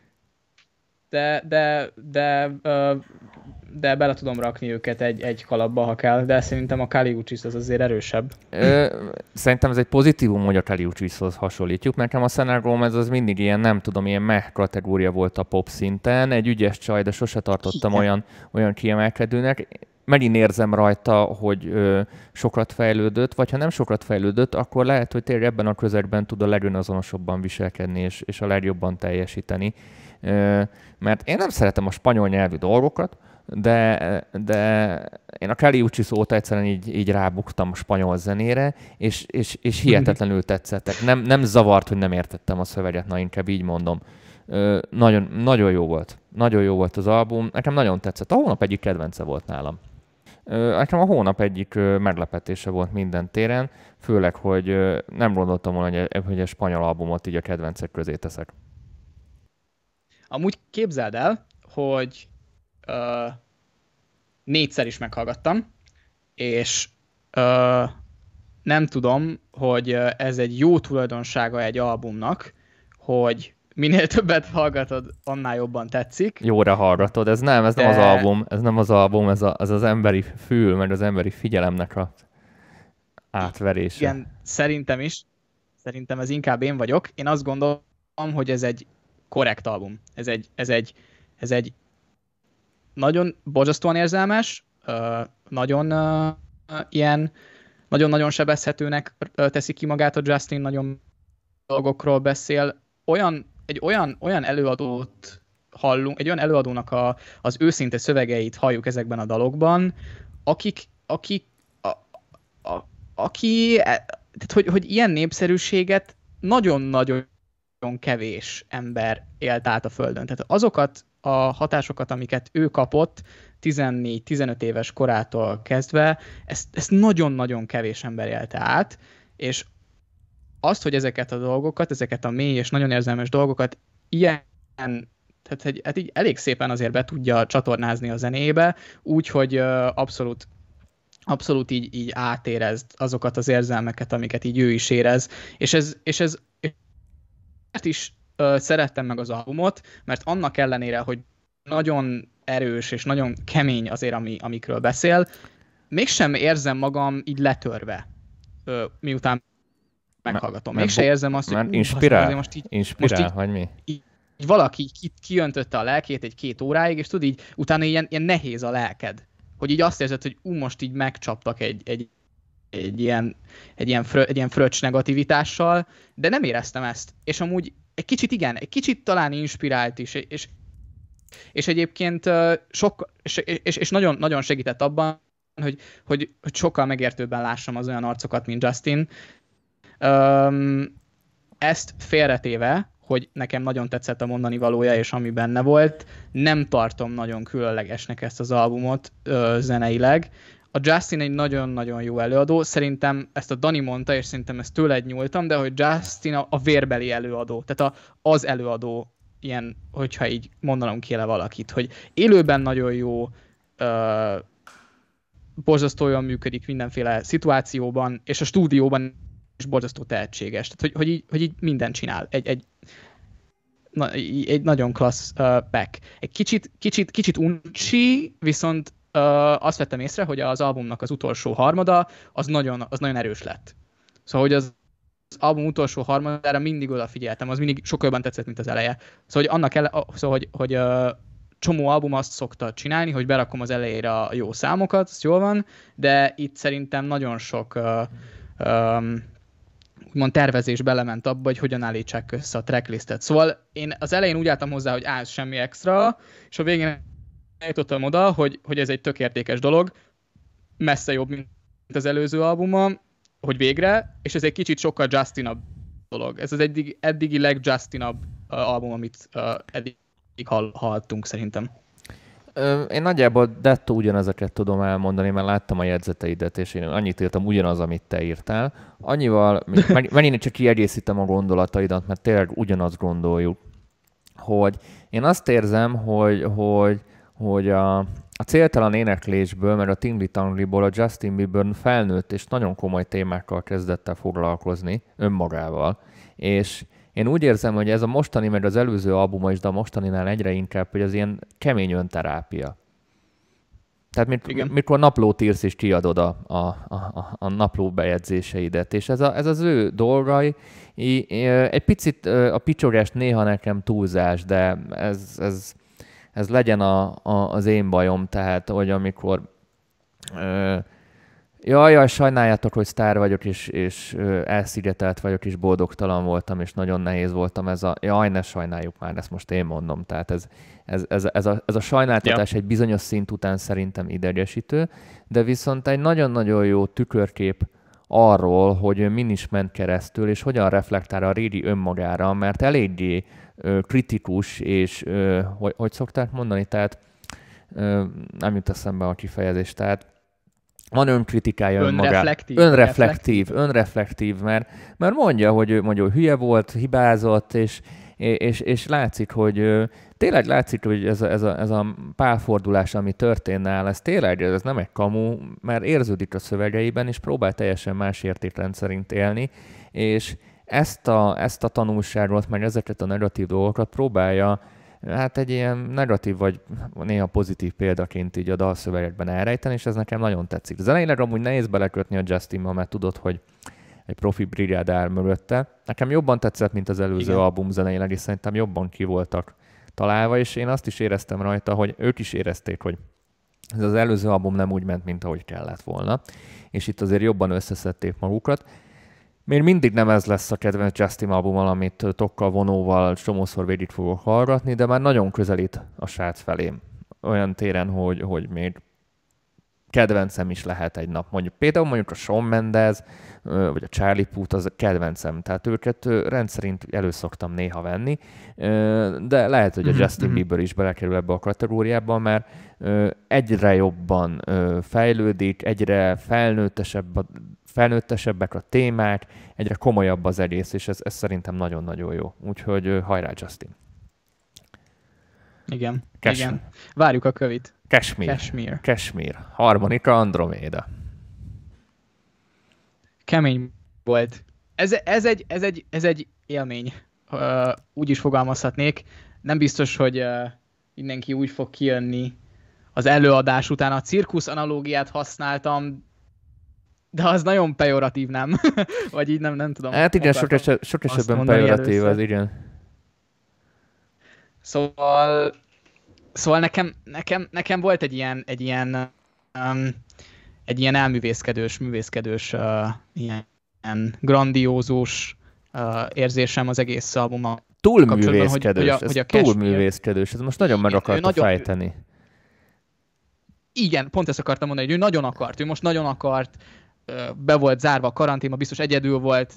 Speaker 2: de bele tudom rakni őket egy kalapba, ha kell, de szerintem a Kelly Uchis az azért erősebb.
Speaker 1: Szerintem ez egy pozitívum, hogy a Kelly Uchishoz hasonlítjuk. Nekem a Selena Gomez az mindig ilyen, nem tudom, ilyen meh kategória volt a pop szinten, egy ügyes csaj, de sose tartottam olyan kiemelkedőnek. Megint érzem rajta, hogy sokat fejlődött, vagy ha nem sokat fejlődött, akkor lehet, hogy tényleg ebben a közegben tud a legönazonosabban viselkedni, és a legjobban teljesíteni. Mert én nem szeretem a spanyol nyelvű dolgokat, de én a Kelly Uchis óta egyszerűen így rábuktam a spanyol zenére, és hihetetlenül tetszettek. Nem zavart, hogy nem értettem a szöveget, na inkább így mondom. Nagyon jó volt. Nagyon jó volt az album. Nekem nagyon tetszett. A hónap egyik kedvence volt nálam. Nekem a hónap egyik meglepetése volt minden téren, főleg, hogy nem gondoltam volna, hogy egy spanyol albumot így a kedvencek közé teszek.
Speaker 2: Amúgy képzeld el, hogy 4-szer is meghallgattam, és nem tudom, hogy ez egy jó tulajdonsága egy albumnak, hogy minél többet hallgatod, annál jobban tetszik.
Speaker 1: Jóra hallgatod, ez nem az album, ez az emberi fül, meg az emberi figyelemnek a átverése.
Speaker 2: Igen, szerintem is. Szerintem ez inkább én vagyok. Én azt gondolom, hogy ez egy korrekt album. Ez egy nagyon borzasztóan érzelmes, nagyon-nagyon sebezhetőnek teszi ki magát a Justin, nagyon dolgokról beszél. Egy olyan előadót hallunk, egy olyan előadónak az őszinte szövegeit halljuk ezekben a dalokban, hogy ilyen népszerűséget nagyon-nagyon kevés ember élt át a Földön. Tehát azokat a hatásokat, amiket ő kapott 14-15 éves korától kezdve, ezt nagyon-nagyon kevés ember élte át, és azt, hogy ezeket a dolgokat, ezeket a mély és nagyon érzelmes dolgokat tehát így elég szépen azért be tudja csatornázni a zenébe, úgyhogy abszolút így átérezd azokat az érzelmeket, amiket így ő is érez. És ez is szerettem meg az albumot, mert annak ellenére, hogy nagyon erős és nagyon kemény azért, amikről beszél, mégsem érzem magam így letörve, miután meghallgatom. Mégsem érzem azt,
Speaker 1: hogy inspirál, vagy mi?
Speaker 2: Így valaki kiöntötte a lelkét egy-két óráig, és tudod, így utána ilyen nehéz a lelked. Hogy így azt érzed, hogy most így megcsaptak egy ilyen fröccs negativitással, de nem éreztem ezt. És amúgy egy kicsit talán inspirált is, és egyébként és nagyon, nagyon segített abban, hogy sokkal megértőbben lássam az olyan arcokat, mint Justin. Ezt félretéve, hogy nekem nagyon tetszett a mondani valója, és ami benne volt, nem tartom nagyon különlegesnek ezt az albumot zeneileg. A Justin egy nagyon-nagyon jó előadó, szerintem ezt a Dani mondta, és szerintem ezt tőled nyúltam, de hogy Justin a vérbeli előadó, tehát az előadó ilyen, hogyha így mondanom kéne valakit, hogy élőben nagyon jó, borzasztó jól működik mindenféle szituációban, és a stúdióban is borzasztó tehetséges. Tehát, hogy így mindent csinál. Egy nagyon klassz pack. Egy kicsit uncsi, viszont azt vettem észre, hogy az albumnak az utolsó harmada az nagyon erős lett. Szóval, hogy az album utolsó harmadára mindig odafigyeltem, az mindig sokkal jobban tetszett, mint az eleje. Szóval, hogy csomó album azt szokta csinálni, hogy berakom az elejére a jó számokat, az jól van, de itt szerintem nagyon sok úgymond tervezés belement abba, hogy hogyan állítsák össze a tracklistet. Szóval én az elején úgy álltam hozzá, hogy ez semmi extra, és a végén eljutottam oda, hogy ez egy tök értékes dolog, messze jobb, mint az előző albuma, hogy végre, és ez egy kicsit sokkal Justinabb dolog. Ez az eddigi legjustinabb album, amit eddig hallhattunk szerintem.
Speaker 1: Én nagyjából dettó ugyanezeket tudom elmondani, mert láttam a jegyzeteidet, és én annyit írtam ugyanaz, amit te írtál. Annyival, megint csak kiegészítem a gondolataidat, mert tényleg ugyanazt gondoljuk. hogy én azt érzem, hogy a céltalan éneklésből, mert a Tingli Tangliból a Justin Bieber felnőtt és nagyon komoly témákkal kezdett el foglalkozni önmagával. És én úgy érzem, hogy ez a mostani, meg az előző albuma is, de a mostaninál egyre inkább, hogy az ilyen kemény önterápia. Tehát mikor naplót írsz és kiadod a napló bejegyzéseidet, és ez az ő dolgai, egy picit a picsogás néha nekem túlzás, de ez legyen az én bajom, tehát hogy amikor jaj, sajnáljátok, hogy sztár vagyok, és elszigetelt vagyok, és boldogtalan voltam, és nagyon nehéz voltam. Jaj, ne sajnáljuk már, ezt most én mondom. Tehát ez a sajnáltatás egy bizonyos szint után szerintem idegesítő, de viszont egy nagyon-nagyon jó tükörkép arról, hogy min is ment keresztül, és hogyan reflektál a régi önmagára, mert eléggé kritikus, és hogy szokták mondani, tehát nem jut eszembe a kifejezés, tehát van önkritikája önmagára. Önreflektív, mert mondja, hogy hülye volt, hibázott, és látszik, hogy tényleg látszik, hogy ez a pálfordulás, ami történt nála, ez tényleg ez nem egy kamu, mert érződik a szövegeiben, és próbál teljesen más értékrend szerint élni, és ezt a tanulságot, meg ezeket a negatív dolgokat próbálja hát egy ilyen negatív vagy néha pozitív példaként így a dalszövegekben elrejteni, és ez nekem nagyon tetszik. Zeneileg amúgy nehéz belekötni a Justinba, mert tudod, hogy egy profi brigád áll mögötte. Nekem jobban tetszett, mint az előző album zeneileg, és szerintem jobban ki voltak találva, és én azt is éreztem rajta, hogy ők is érezték, hogy ez az előző album nem úgy ment, mint ahogy kellett volna, és itt azért jobban összeszedték magukat. Még mindig nem ez lesz a kedvenc Justin albummal, amit tokkal, vonóval csomószor végig fogok hallgatni, de már nagyon közelít a srác felém. Olyan téren, hogy még kedvencem is lehet egy nap. Például a Shawn Mendes, vagy a Charlie Puth, az a kedvencem. Tehát őket rendszerint elő szoktam néha venni, de lehet, hogy a Justin Bieber is belekerül ebbe a kategóriába, mert egyre jobban fejlődik, egyre felnőttesebbek a témák, egyre komolyabb az egész, és ez szerintem nagyon-nagyon jó. Úgyhogy hajrá, Justin!
Speaker 2: Igen. Várjuk a kövit.
Speaker 1: Kashmir. Harmonika Androméda.
Speaker 2: Kemény volt. Ez egy élmény. Úgy is fogalmazhatnék. Nem biztos, hogy mindenki úgy fog kijönni az előadás után. A cirkusz analógiát használtam, de az nagyon pejoratív, nem? Vagy így nem tudom.
Speaker 1: Hát igen, sok esetben pejoratív az, igen.
Speaker 2: Szóval nekem volt egy ilyen elművészkedős, ilyen grandiózus érzésem az egész albuma.
Speaker 1: Túlművészkedős, ez most nagyon meg akarta fejteni.
Speaker 2: Igen, pont ezt akartam mondani, hogy ő most nagyon akart, be volt zárva a karanténba, biztos egyedül volt,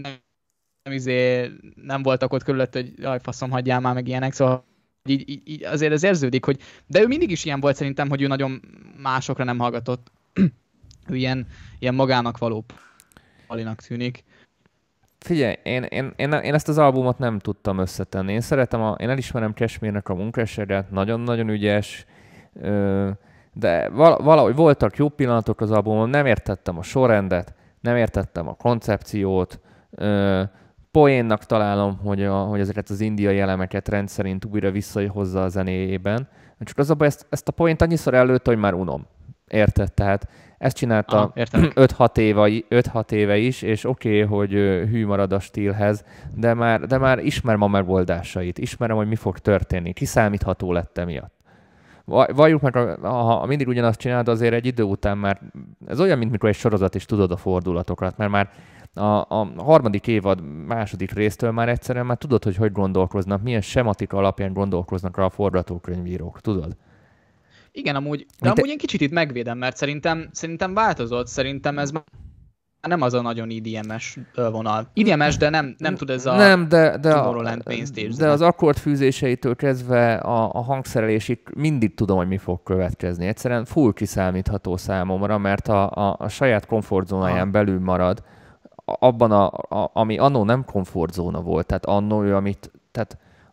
Speaker 2: nem voltak ott körülött, hogy jaj, faszom, hagyjál már meg ilyenek, szóval így azért ez érződik, hogy... De ő mindig is ilyen volt szerintem, hogy ő nagyon másokra nem hallgatott. Ő ilyen magának való palinak tűnik.
Speaker 1: Figyelj, én ezt az albumot nem tudtam összetenni. Én elismerem Kashmirnek a munkásságát, nagyon-nagyon ügyes, de valahogy voltak jó pillanatok az albumon, nem értettem a sorrendet, nem értettem a koncepciót, poénnak találom, hogy ezeket az indiai elemeket rendszerint újra visszahozza a zenéjében. Csak az a baj, ezt a poént annyiszor előtt, hogy már unom. Érted? Tehát ezt csinálta 5-6 éve is, és oké, hogy hű marad a stílhez, de már ismerem a megoldásait, ismerem, hogy mi fog történni, kiszámítható lett emiatt. Valljuk meg, ha mindig ugyanazt csinálod, azért egy idő után már, ez olyan, mint mikor egy sorozat, és tudod a fordulatokat, mert már a harmadik évad második résztől már egyszerűen már tudod, hogy gondolkoznak, milyen sematika alapján gondolkoznak a forgatókönyvírók, tudod?
Speaker 2: Igen, amúgy én kicsit itt megvédem, mert szerintem változott, szerintem ez már nem az a nagyon IDM-es vonal. IDM-es, de nem tud ez a Tomorrowland pénzt.
Speaker 1: De az akkordfűzéseitől kezdve a hangszerelésig mindig tudom, hogy mi fog következni. Egyszerűen full kiszámítható számomra, mert a saját komfortzónáján belül marad, abban ami annó nem komfortzóna volt, tehát annó ő, tehát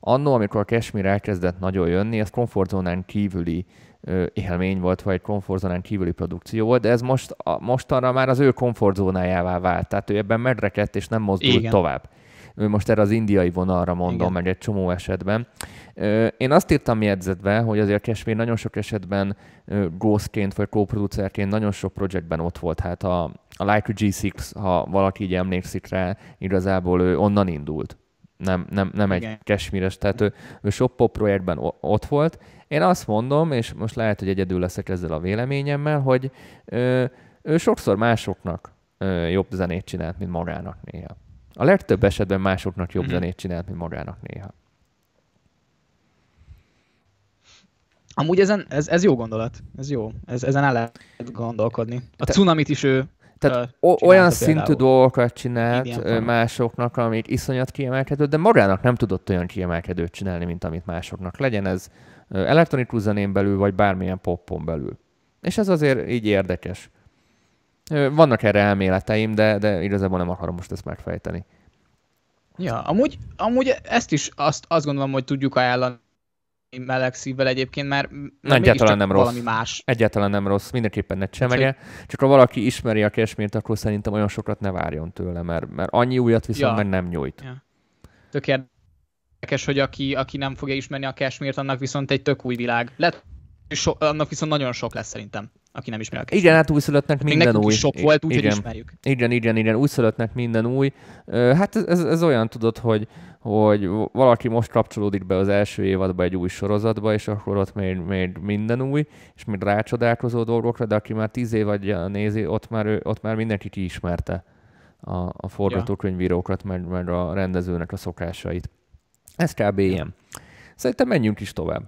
Speaker 1: annó, amikor a Cashmere elkezdett nagyon jönni, ez komfortzónán kívüli élmény volt, vagy komfortzónán kívüli produkció volt, de ez mostanra már az ő komfortzónájává vált. Tehát ő ebben medrekedt, és nem mozdult tovább. Ő most erre az indiai vonalra mondom, meg egy csomó esetben. Én azt írtam jegyzetbe, hogy azért Cashmere nagyon sok esetben ghostként vagy co-producerként nagyon sok projektben ott volt. Hát a Like a G6, ha valaki így emlékszik rá, igazából ő onnan indult. Nem egy Cashmere-es, tehát ő sok pop projektben ott volt. Én azt mondom, és most lehet, hogy egyedül leszek ezzel a véleményemmel, hogy ő sokszor másoknak jobb zenét csinált, mint magának néha. A legtöbb esetben másoknak jobb zenét csinált, mint magának néha.
Speaker 2: Amúgy ez jó gondolat. Ez jó. Ezen el lehet gondolkodni. A Cunamit is ő
Speaker 1: tehát olyan szintű dolgokat csinált másoknak, amit iszonyat kiemelkedő, de magának nem tudott olyan kiemelkedőt csinálni, mint amit másoknak. Legyen ez elektronikus zenén belül, vagy bármilyen popon belül. És ez azért így érdekes. Vannak erre elméleteim, de igazából nem akarom most ezt megfejteni.
Speaker 2: Ja, amúgy ezt is azt gondolom, hogy tudjuk ajánlani meleg szívvel egyébként, mert
Speaker 1: egyáltalán nem rossz.
Speaker 2: Valami más.
Speaker 1: Egyáltalán nem rossz, mindenképpen ne csemege. Csak ha valaki ismeri a Cashmere-t, akkor szerintem olyan sokat ne várjon tőle, mert annyi újat viszont meg nem nyújt. Ja.
Speaker 2: Tök érdekes, hogy aki nem fogja ismerni a Cashmere-t, annak viszont egy tök új világ. Annak viszont nagyon sok lesz szerintem, aki nem ismeri a Cashmere-t.
Speaker 1: Igen, hát újszülöttnek minden új.
Speaker 2: Sok volt, úgyhogy ismerjük.
Speaker 1: Igen, újszülöttnek minden új. Hát ez olyan, tudod, hogy valaki most kapcsolódik be az első évadba egy új sorozatba, és akkor ott még minden új, és még rácsodálkozó dolgokra, de aki már 10 évadja nézi, ott már mindenki kiismerte a forgatókönyvírókat, meg a rendezőnek a szokásait. Ez kb. Ilyen. Szerintem menjünk is tovább.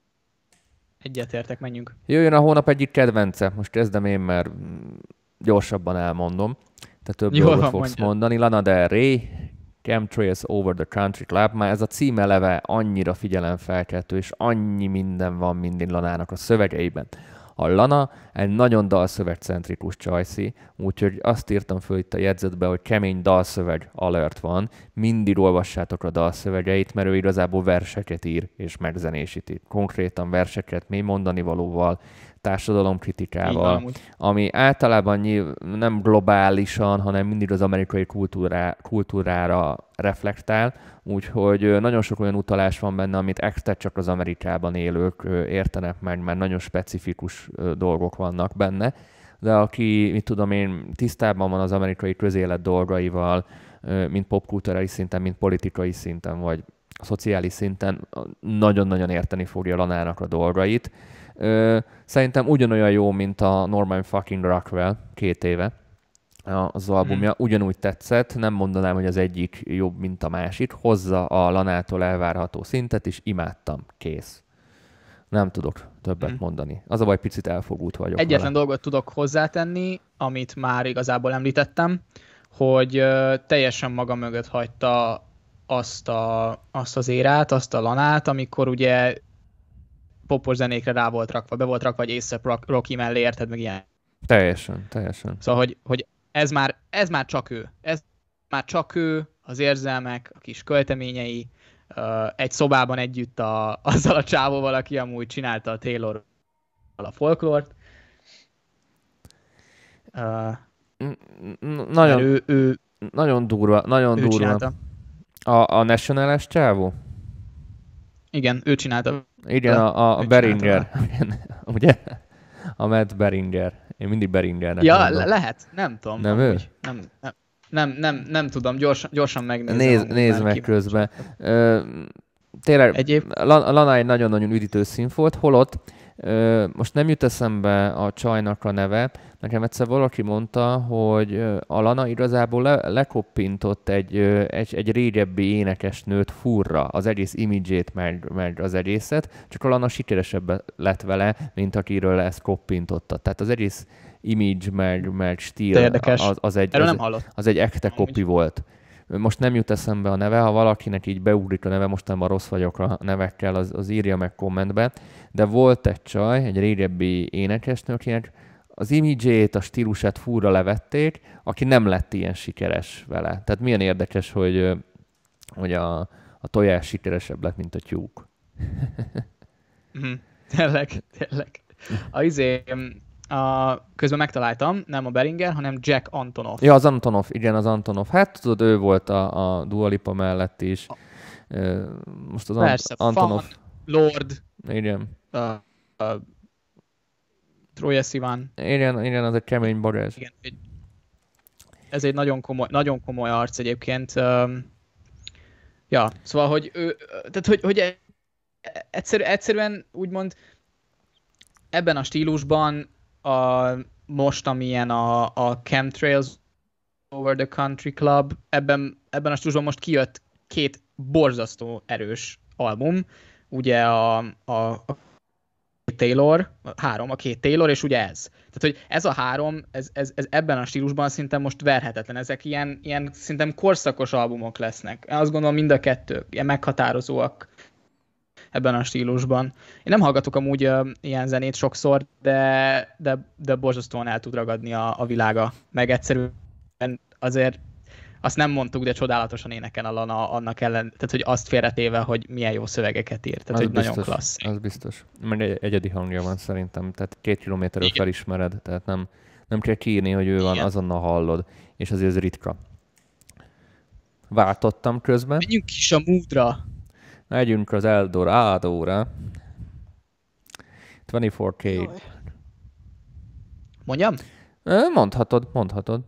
Speaker 2: Egyetértek, menjünk.
Speaker 1: Jöjjön a hónap egyik kedvence. Most kezdem én, mert gyorsabban elmondom. Te több dolgot fogsz mondani. Lana Del Rey, Chemtrails Over the Country Club. Már ez a cím eleve annyira figyelemfelkeltő, és annyi minden van mindig Lanának a szövegeiben. A Lana egy nagyon dalszövegcentrikus csajszi, úgyhogy azt írtam föl itt a jegyzetbe, hogy kemény dalszöveg alert van. Mindig olvassátok a dalszövegeit, mert ő igazából verseket ír és megzenésíti. Konkrétan verseket mély mondani valóval, társadalomkritikával, ami általában nem globálisan, hanem mindig az amerikai kultúrára reflektál, úgyhogy nagyon sok olyan utalás van benne, amit extra csak az Amerikában élők értenek meg, mert nagyon specifikus dolgok vannak benne, de aki, mit tudom én, tisztában van az amerikai közélet dolgaival, mint popkulturális szinten, mint politikai szinten, vagy szociális szinten, nagyon-nagyon érteni fogja Lanának a dolgait. Szerintem ugyanolyan jó, mint a Norman fucking Rockwell 2 éve az albumja. Ugyanúgy tetszett, nem mondanám, hogy az egyik jobb, mint a másik. Hozza a Lanától elvárható szintet, és imádtam. Kész. Nem tudok többet mondani. Az a baj, picit elfogult vagyok.
Speaker 2: Egyetlen dolgot tudok hozzátenni, amit már igazából említettem, hogy teljesen maga mögött hagyta azt az érát, azt a Lanát, amikor ugye popos zenékre rá volt rakva, be volt rakva, vagy A$AP Rocky mellé, érted, meg ilyen.
Speaker 1: Teljesen.
Speaker 2: Szóval, hogy ez már csak ő. Ez már csak ő, az érzelmek, a kis költeményei, egy szobában együtt azzal a csávóval, aki amúgy csinálta a Taylorral a folklort.
Speaker 1: Nagyon durva. A National-es csávó?
Speaker 2: Igen, ő csinálta.
Speaker 1: Igen, a Beringer. Ugye? A Matt Beringer. Én mindig Beringernek mondom.
Speaker 2: Lehet. Nem tudom.
Speaker 1: Nem ő?
Speaker 2: Nem tudom. Gyorsan megnézem.
Speaker 1: Nézd meg közben. Tényleg Lana egy nagyon-nagyon üdítő szín volt, holott most nem jut eszembe a csajnak a neve. Nekem egyszer valaki mondta, hogy a Lana igazából lekoppintott egy régebbi énekesnőt furra, az egész imidzsét, meg az egészet, csak a Lana sikeresebb lett vele, mint akiről ezt koppintotta. Tehát az egész image, meg stíl az egy ekte copy volt. Most nem jut eszembe a neve, ha valakinek így beugrik a neve, mostanában rossz vagyok a nevekkel, az írja meg kommentbe, de volt egy csaj, egy régebbi énekesnő, akinek az imidzsét, a stílusát fúra levették, aki nem lett ilyen sikeres vele. Tehát milyen érdekes, hogy a tojás sikeresebb lett, mint a tyúk.
Speaker 2: Tényleg. Közben megtaláltam, nem a Beringer, hanem Jack Antonoff.
Speaker 1: Ja, az Antonoff, igen, az Antonoff. Hát tudod, ő volt a Dua Lipa mellett is. Most az
Speaker 2: persze,
Speaker 1: Antonoff.
Speaker 2: Lord.
Speaker 1: Igen.
Speaker 2: Troye Sivan.
Speaker 1: Igen, az egy kemény bagázs. Igen,
Speaker 2: ez egy nagyon komoly arc egyébként. Ja, szóval, hogy ő, tehát, hogy egyszerűen úgymond ebben a stílusban most, amilyen a Chemtrails Over the Country Club, ebben a stílusban most kijött 2 borzasztó erős album, ugye a Taylor, a 2 Taylor, és ugye ez. Tehát, hogy ez a 3, ez ebben a stílusban szinte most verhetetlen. Ezek ilyen szerintem korszakos albumok lesznek. Azt gondolom, mind a 2 ilyen meghatározóak ebben a stílusban. Én nem hallgatok amúgy ilyen zenét sokszor, de borzasztóan el tud ragadni a világa. Meg egyszerűen azért azt nem mondtuk, de csodálatosan énekel a Lana annak ellen, tehát hogy azt félretéve, hogy milyen jó szövegeket írt. Tehát, hogy biztos, nagyon klassz.
Speaker 1: Az biztos. Meg egyedi hangja van szerintem, tehát 2 kilométerről felismered, tehát nem kell kiírni, hogy ő van, azonnal hallod, és azért ez ritka. Váltottam közben.
Speaker 2: Menjünk is a Moodra.
Speaker 1: Megyünk az Eldorado-ra. 24K.
Speaker 2: Mondjam?
Speaker 1: Mondhatod.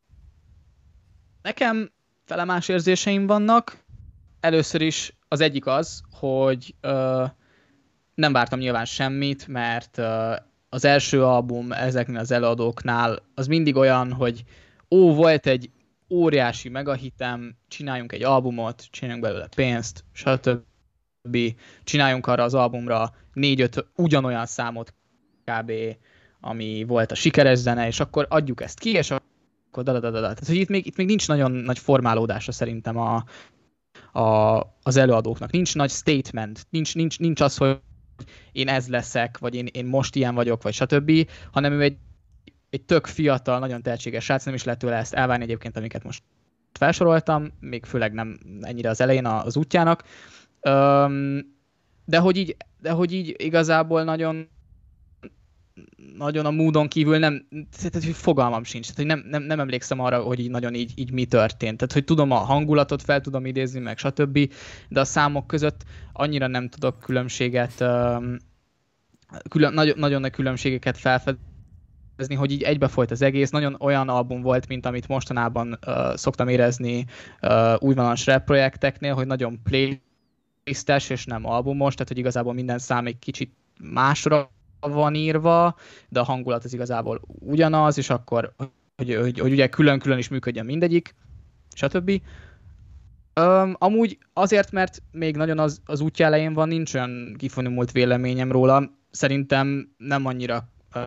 Speaker 2: Nekem felemás érzéseim vannak. Először is az egyik az, hogy nem vártam nyilván semmit, mert az első album ezeknél az előadóknál az mindig olyan, hogy volt egy óriási megahitem, csináljunk egy albumot, csináljunk belőle pénzt, stb. Csináljunk arra az albumra 4-5 ugyanolyan számot kb. Ami volt a sikeres zene, és akkor adjuk ezt ki, és akkor Tehát, hogy itt még nincs nagyon nagy formálódása szerintem az előadóknak. Nincs nagy statement, nincs az, hogy én ez leszek, vagy én most ilyen vagyok, vagy stb., hanem ő egy tök fiatal, nagyon tehetséges srác, nem is lehet tőle ezt elvárni egyébként, amiket most felsoroltam, még főleg nem ennyire az elején az útjának. De hogy így igazából nagyon a Moodon kívül tehát fogalmam sincs, tehát nem emlékszem arra, hogy így nagyon így mi történt. Tehát, hogy tudom a hangulatot fel tudom idézni, meg stb., de a számok között annyira nem tudok különbséget, nagyon nagy különbségeket felfedezni, hogy így egybefolyt az egész. Nagyon olyan album volt, mint amit mostanában szoktam érezni újvonalas rap projekteknél, hogy nagyon playlistes és nem albumos, tehát hogy igazából minden szám egy kicsit másra van írva, de a hangulat az igazából ugyanaz, és akkor, hogy ugye külön-külön is működjön mindegyik, stb. Amúgy azért, mert még nagyon az útja elején van, nincs olyan kifinomult véleményem róla. Szerintem nem annyira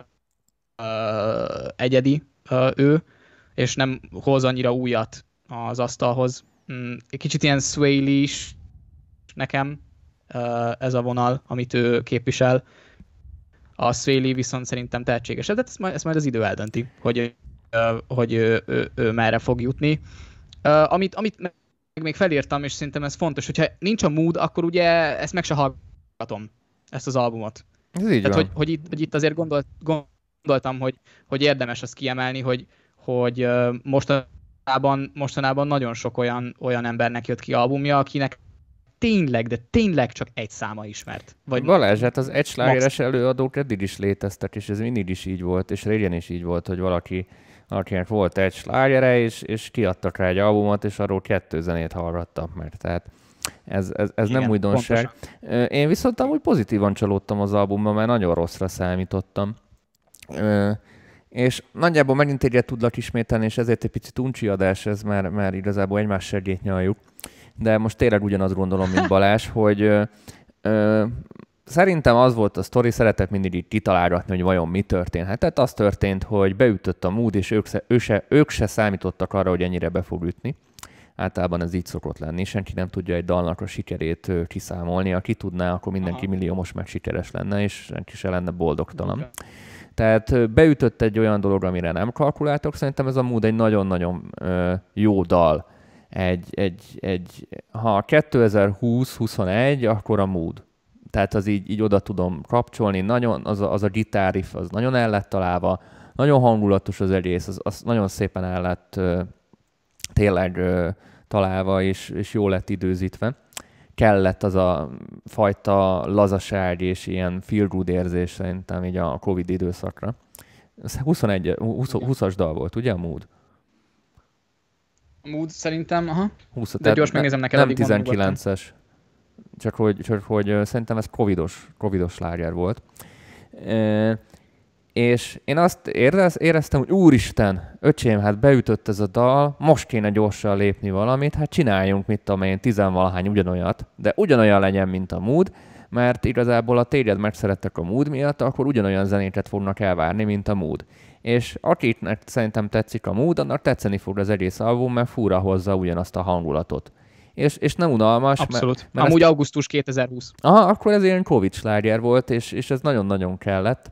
Speaker 2: egyedi ő, és nem hoz annyira újat az asztalhoz. Egy kicsit ilyen Sway-is nekem ez a vonal, amit ő képvisel. A Sway viszont szerintem tehetségesebb, de ezt majd az idő eldönti, hogy ő merre fog jutni. Amit még felírtam, és szerintem ez fontos, hogyha nincs a Mood, akkor ugye ezt meg se hallgatom, ezt az albumot.
Speaker 1: Ez így
Speaker 2: tehát, hogy itt azért gondoltam, hogy érdemes azt kiemelni, hogy mostanában nagyon sok olyan embernek jött ki albumja, akinek tényleg csak egy száma ismert.
Speaker 1: Vagy Balázs, hát az egy slágeres előadók eddig is léteztek, és ez mindig is így volt, és régen is így volt, hogy valakinek volt egy slágere, és kiadtak rá egy albumot, és arról 2 zenét hallgattak meg. Tehát ez igen, nem újdonság. Pontosan. Én viszont amúgy pozitívan csalódtam az albumban, mert nagyon rosszra számítottam. És nagyjából megint egyet tudlak ismételni, és ezért egy picit uncsi adás ez, mert igazából egymás segít nyaljuk. De most tényleg ugyanaz gondolom, mint Balázs, hogy szerintem az volt a sztori, szeretett mindig így kitalálgatni, hogy vajon mi történhet. Tehát az történt, hogy beütött a Mood, és ők se számítottak arra, hogy ennyire be fog ütni. Általában ez így szokott lenni. Senki nem tudja egy dalnak a sikerét kiszámolni. Aki tudná, akkor mindenki milliómos meg sikeres lenne, és senki se lenne boldogtalan. Okay. Tehát beütött egy olyan dolog, amire nem kalkuláltok. Szerintem ez a Mood egy nagyon-nagyon jó dal. ha 2020-21, akkor a Mood. Tehát az így oda tudom kapcsolni, nagyon, az a gitárriff, az nagyon el lett találva, nagyon hangulatos az egész, az nagyon szépen el lett tényleg találva, és jól lett időzítve. Kellett az a fajta lazaság és ilyen feel good érzés szerintem így a Covid időszakra. Ez 20-as dal volt, ugye a Mood?
Speaker 2: A Mood szerintem, aha.
Speaker 1: 20,
Speaker 2: de gyors megnézem neked.
Speaker 1: Nem 19-es. Csak hogy szerintem ez covidos sláger volt. És én azt éreztem, hogy úristen, öcsém, hát beütött ez a dal, most kéne gyorsan lépni valamit, hát csináljunk, mit tudom én, 10-valahány ugyanolyat, de ugyanolyan legyen, mint a Mood, mert igazából a téged megszerettek a Mood miatt, akkor ugyanolyan zenéket fognak elvárni, mint a Mood. És akiknek szerintem tetszik a Mood, annak tetszeni fog az egész album, mert fúra hozza ugyanazt a hangulatot. És nem unalmas.
Speaker 2: Abszolút. Mert amúgy augusztus 2020.
Speaker 1: Aha, akkor ez ilyen Covid sláger volt, és ez nagyon-nagyon kellett.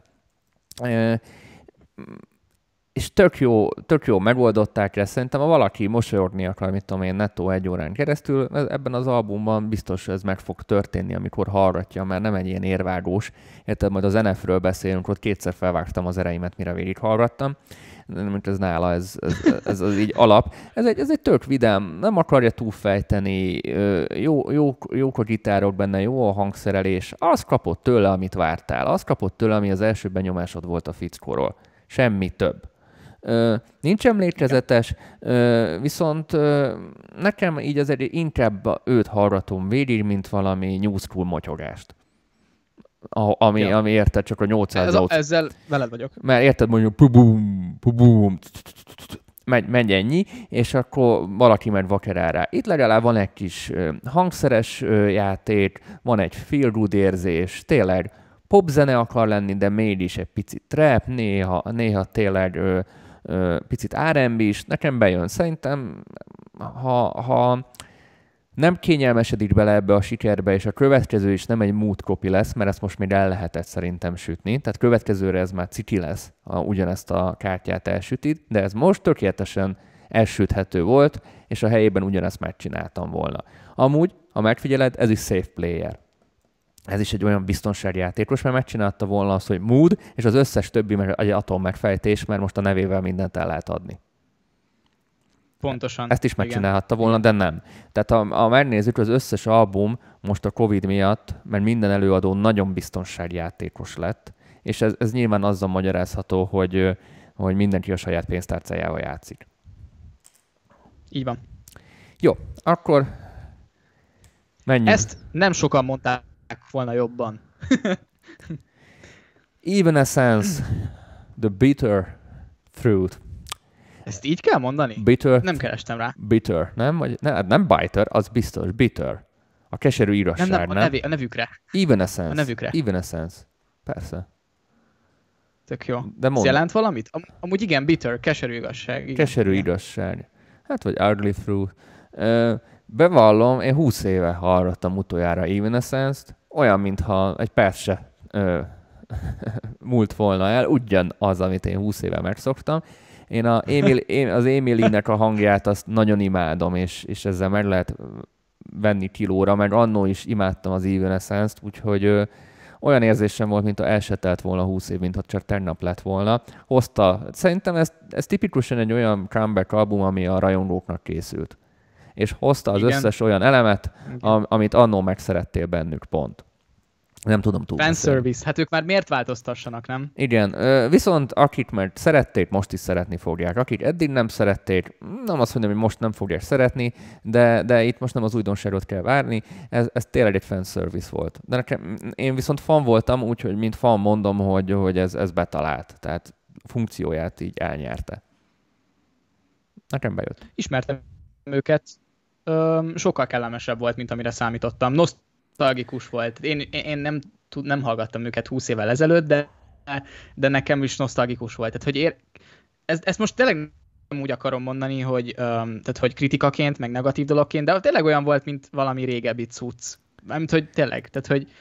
Speaker 1: És tök jó megoldották ezt. Szerintem, ha valaki mosolyogni akar, mit tudom én, nettó 1 órán keresztül, ebben az albumban biztos ez meg fog történni, amikor hallgatja, mert nem egy ilyen érvágós. Érted, majd az NF-ről beszélünk, ott 2-szer felvágtam az ereimet, mire végig hallgattam. Mint ez nála, ez az így alap. Ez egy tök vidám, nem akarja túlfejteni, jók a gitárok benne, jó a hangszerelés. Azt kapott tőle, amit vártál. Azt kapott tőle, ami az első benyomásod volt a fickóról. Semmi több. Nincs emlékezetes, viszont nekem így azért inkább őt hallgatom végig, mint valami New School motyogást. Ami érted, csak a 808.
Speaker 2: Ezzel veled vagyok.
Speaker 1: Mert érted, mondjuk pubum, megy ennyi, és akkor valaki meg vakerál rá. Itt legalább van egy kis hangszeres játék, van egy feel good érzés, tényleg popzene akar lenni, de mégis egy picit trap, néha tényleg picit R&B is. Nekem bejön. Szerintem, ha nem kényelmesedik bele ebbe a sikerbe, és a következő is nem egy mood copy lesz, mert ezt most még el lehetett szerintem sütni. Tehát következőre ez már ciki lesz, ha ugyanezt a kártyát elsütid, de ez most tökéletesen elsüthető volt, és a helyében ugyanezt megcsináltam volna. Amúgy, ha megfigyeled, ez is safe player. Ez is egy olyan biztonságjátékos, mert megcsinálta volna azt, hogy mood, és az összes többi egy atom megfejtés, mert most a nevével mindent el lehet adni.
Speaker 2: Pontosan.
Speaker 1: Ezt is megcsinálhatta volna, de nem. Tehát ha megnézzük, az összes album most a Covid miatt, mert minden előadó nagyon biztonságjátékos lett, és ez nyilván azzal magyarázható, hogy mindenki a saját pénztárcájával játszik.
Speaker 2: Így van.
Speaker 1: Jó, akkor menjünk.
Speaker 2: Ezt nem sokan mondták volna jobban.
Speaker 1: Evanescence, The Bitter Fruit.
Speaker 2: Ezt így kell mondani?
Speaker 1: Bitter.
Speaker 2: Nem kerestem rá.
Speaker 1: Bitter, nem? Vagy, nem biter, az biztos, bitter. A keserű igazság, nem?
Speaker 2: A nevükre.
Speaker 1: Evanescence.
Speaker 2: A nevükre.
Speaker 1: Evanescence. Persze.
Speaker 2: Tök jó.
Speaker 1: De
Speaker 2: ez jelent valamit? Amúgy igen, bitter, keserű igazság. Igen.
Speaker 1: Keserű igazság. Hát, vagy ugly fruit. Bevallom, én 20 éve hallottam utoljára Evanescence-t, olyan, mintha egy perc se múlt volna el, ugyanaz, amit én 20 éve megszoktam. Én az Emily-nek a hangját azt nagyon imádom, és ezzel meg lehet venni kilóra, meg annó is imádtam az Evanescence-t, úgyhogy olyan érzésem volt, mintha el se telt volna 20 év, mintha csak tegnap lett volna. Szerintem ez tipikusan egy olyan comeback album, ami a rajongóknak készült. És hozta az összes olyan elemet, amit annó megszerettél bennük, pont. Nem tudom túl.
Speaker 2: Fanservice. Hát ők már miért változtassanak, nem?
Speaker 1: Igen. Viszont akik már szerették, most is szeretni fogják. Akik eddig nem szerették, nem azt mondom, hogy most nem fogják szeretni, de itt most nem az újdonságot kell várni. Ez tényleg egy fanservice volt. De én viszont fan voltam, úgyhogy mint fan mondom, hogy ez betalált. Tehát funkcióját így elnyerte. Nekem bejött.
Speaker 2: Ismertem őket. Sokkal kellemesebb volt, mint amire számítottam. Nosztalgikus volt. Én nem hallgattam őket 20 évvel ezelőtt, de nekem is nosztalgikus volt. Tehát, hogy ezt most tényleg nem úgy akarom mondani, hogy kritikaként, meg negatív dologként, de tényleg olyan volt, mint valami régebbi cucc. Mint hogy tényleg. Tehát,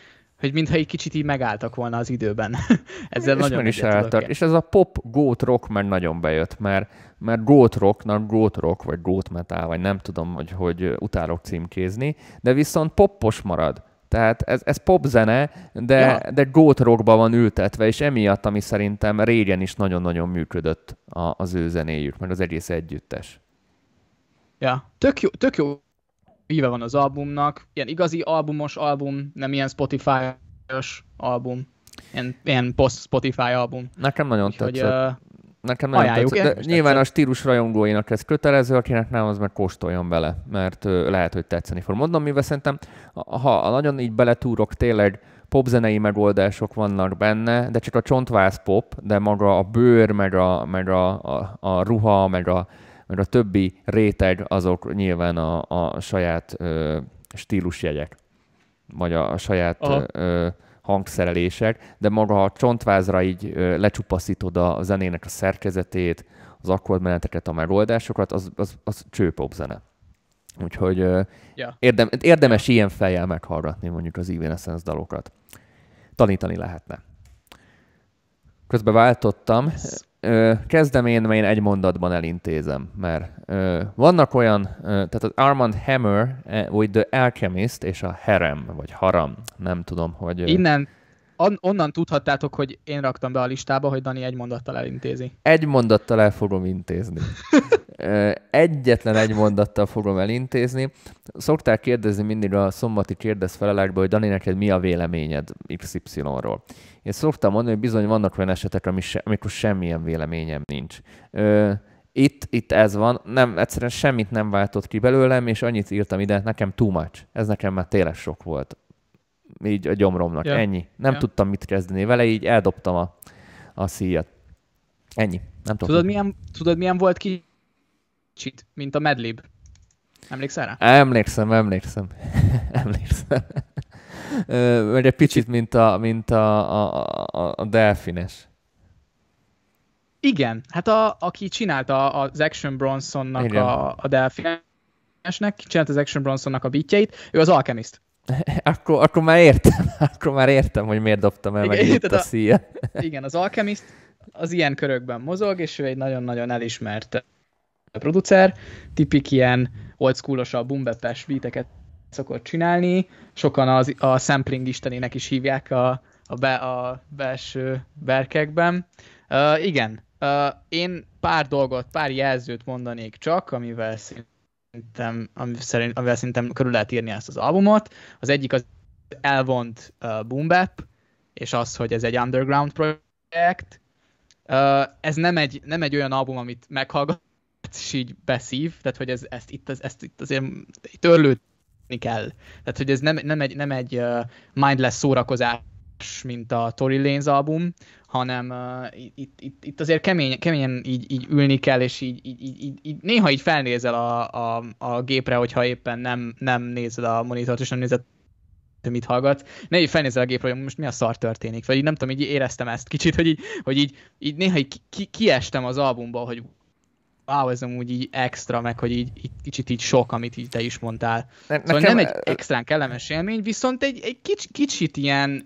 Speaker 2: hogy mintha egy kicsit így megálltak volna az időben. Ezzel
Speaker 1: és
Speaker 2: nagyon
Speaker 1: is álltak. És ez a pop goat rock már nagyon bejött, mert goat rocknak goat rock, vagy goat metal, vagy nem tudom, hogy utálok címkézni, de viszont poppos marad. Tehát ez pop zene, de goat rockba van ültetve, és emiatt, ami szerintem régen is nagyon-nagyon működött az ő zenéjük, meg az egész együttes.
Speaker 2: Ja, tök jó íve van az albumnak, ilyen igazi albumos album, nem ilyen Spotify-os album, ilyen post-Spotify album.
Speaker 1: Nekem nagyon tetszett. Nekem nagyon tetszett. De nyilván a stílus rajongóinak ez kötelező, akinek nem, az meg kóstoljon bele, mert lehet, hogy tetszeni fog. Mondom, mivel szerintem, ha nagyon így beletúrok, tényleg popzenei megoldások vannak benne, de csak a csontváz pop, de maga a bőr, meg a ruha, meg a többi réteg, azok nyilván a saját stílusjegyek, vagy a saját hangszerelések, de maga a csontvázra így lecsupaszítod a zenének a szerkezetét, az akkordmeneteket, a megoldásokat, az csőpop zene. Úgyhogy érdemes ilyen fejjel meghallgatni mondjuk az Evanescence dalokat. Tanítani lehetne. Közben váltottam. Kezdem én egy mondatban elintézem, mert vannak olyan, tehát az Armand Hammer, vagy The Alchemist és a Harem, vagy Haram, nem tudom, hogy...
Speaker 2: Onnan tudhattátok, hogy én raktam be a listába, hogy Dani egy mondattal elintézi.
Speaker 1: Egy mondattal el fogom intézni. Egyetlen egy mondattal fogom elintézni. Szokták kérdezni mindig a szombati kérdezfelelekben, hogy Dani, neked mi a véleményed XY-ról. Én szoktam mondani, hogy bizony vannak olyan esetek, amikor semmilyen véleményem nincs. Itt ez van, egyszerűen semmit nem váltott ki belőlem, és annyit írtam ide, nekem too much. Ez nekem már tényleg sok volt. Így a gyomromnak. Yeah. Ennyi. Nem tudtam mit kezdeni vele, így eldobtam a szíjat. Ennyi. Nem tudom.
Speaker 2: Tudod, milyen volt kicsit, mint a Madlib? Emlékszel rá?
Speaker 1: Emlékszem. Vagy egy picit, mint a delfines.
Speaker 2: Igen. Hát aki csinálta az Action Bronsonnak a delfinesnek, csinálta az Action Bronsonnak a beatjeit, ő az Alchemist.
Speaker 1: Akkor már értem, hogy miért dobtam el meg a szíja.
Speaker 2: Igen, az Alchemist az ilyen körökben mozog, és ő egy nagyon-nagyon elismert producer, tipik ilyen old school-osabb boom-bap-es beateket szokott csinálni. Sokan a sampling istenének is hívják a belső berkekben. Igen, én pár jelzőt mondanék csak, amivel szerintem körül lehet írni ezt az albumot. Az egyik az elvont boom bap, és az, hogy ez egy underground projekt. Ez nem egy olyan album, amit meghallgatsz, és így beszív, tehát hogy ezt itt azért törlődni kell. Tehát, hogy ez nem egy mindless szórakozás, mint a Tory Lanez album, hanem itt azért keményen így ülni kell, és így néha így felnézel a gépre, hogyha éppen nem nézed a monitort, és nem nézed, mit hallgatsz. Ne így felnézel a gépre, hogy most mi a szar történik. Vagy így nem tudom, így éreztem ezt kicsit, hogy így néha így kiestem az albumból, hogy wow, ez amúgy így extra, meg hogy így kicsit így sok, amit így te is mondtál. Szóval nem egy extrán kellemes élmény, viszont egy kicsit ilyen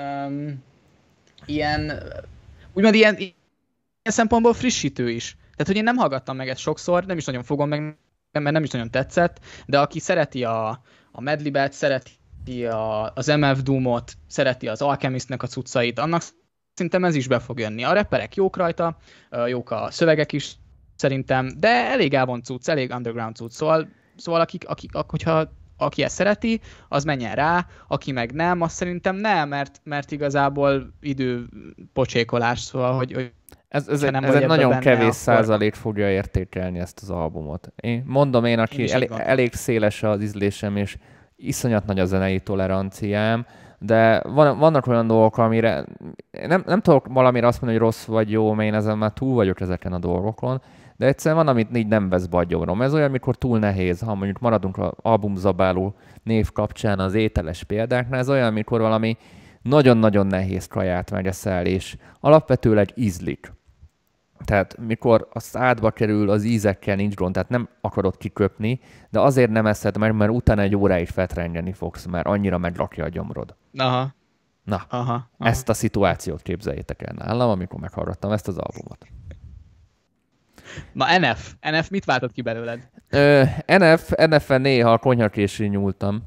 Speaker 2: úgymond ilyen szempontból frissítő is. Tehát, hogy én nem hallgattam meg ezt sokszor, nem is nagyon fogom meg, mert nem is nagyon tetszett, de aki szereti a Madlibet, szereti az MF Doom-ot, szereti az Alchemistnek a cuccait, annak szerintem ez is be fog jönni. A rapperek jók rajta, jók a szövegek is szerintem, de elég elvont cucc, elég underground cucc, szóval aki ezt szereti, az menjen rá, aki meg nem, azt szerintem nem, mert igazából időpocsékolás, szóval, hogy
Speaker 1: ez egy nagyon kevés százalék fogja értékelni ezt az albumot. Én aki elég széles az ízlésem, és iszonyat nagy a zenei toleranciám, de vannak olyan dolgok, amire nem tudok valamire azt mondani, hogy rossz vagy jó, mert én ezen már túl vagyok ezeken a dolgokon, de egyszerűen van, amit így nem vesz be a gyomrom. Ez olyan, mikor túl nehéz, ha mondjuk maradunk az albumzabáló név kapcsán az ételes példáknál, ez olyan, mikor valami nagyon-nagyon nehéz kaját megeszel, és alapvetőleg ízlik. Tehát mikor a szádba kerül, az ízekkel nincs gond, tehát nem akarod kiköpni, de azért nem eszed meg, mert utána egy óráig fetrengeni fogsz, mert annyira megrakja a gyomrod.
Speaker 2: Aha.
Speaker 1: Na, ezt a szituációt képzeljétek el nálam, amikor meghallgattam ezt az albumot.
Speaker 2: Na, NF mit váltott ki belőled?
Speaker 1: NF-en néha a konyhakésén nyúltam.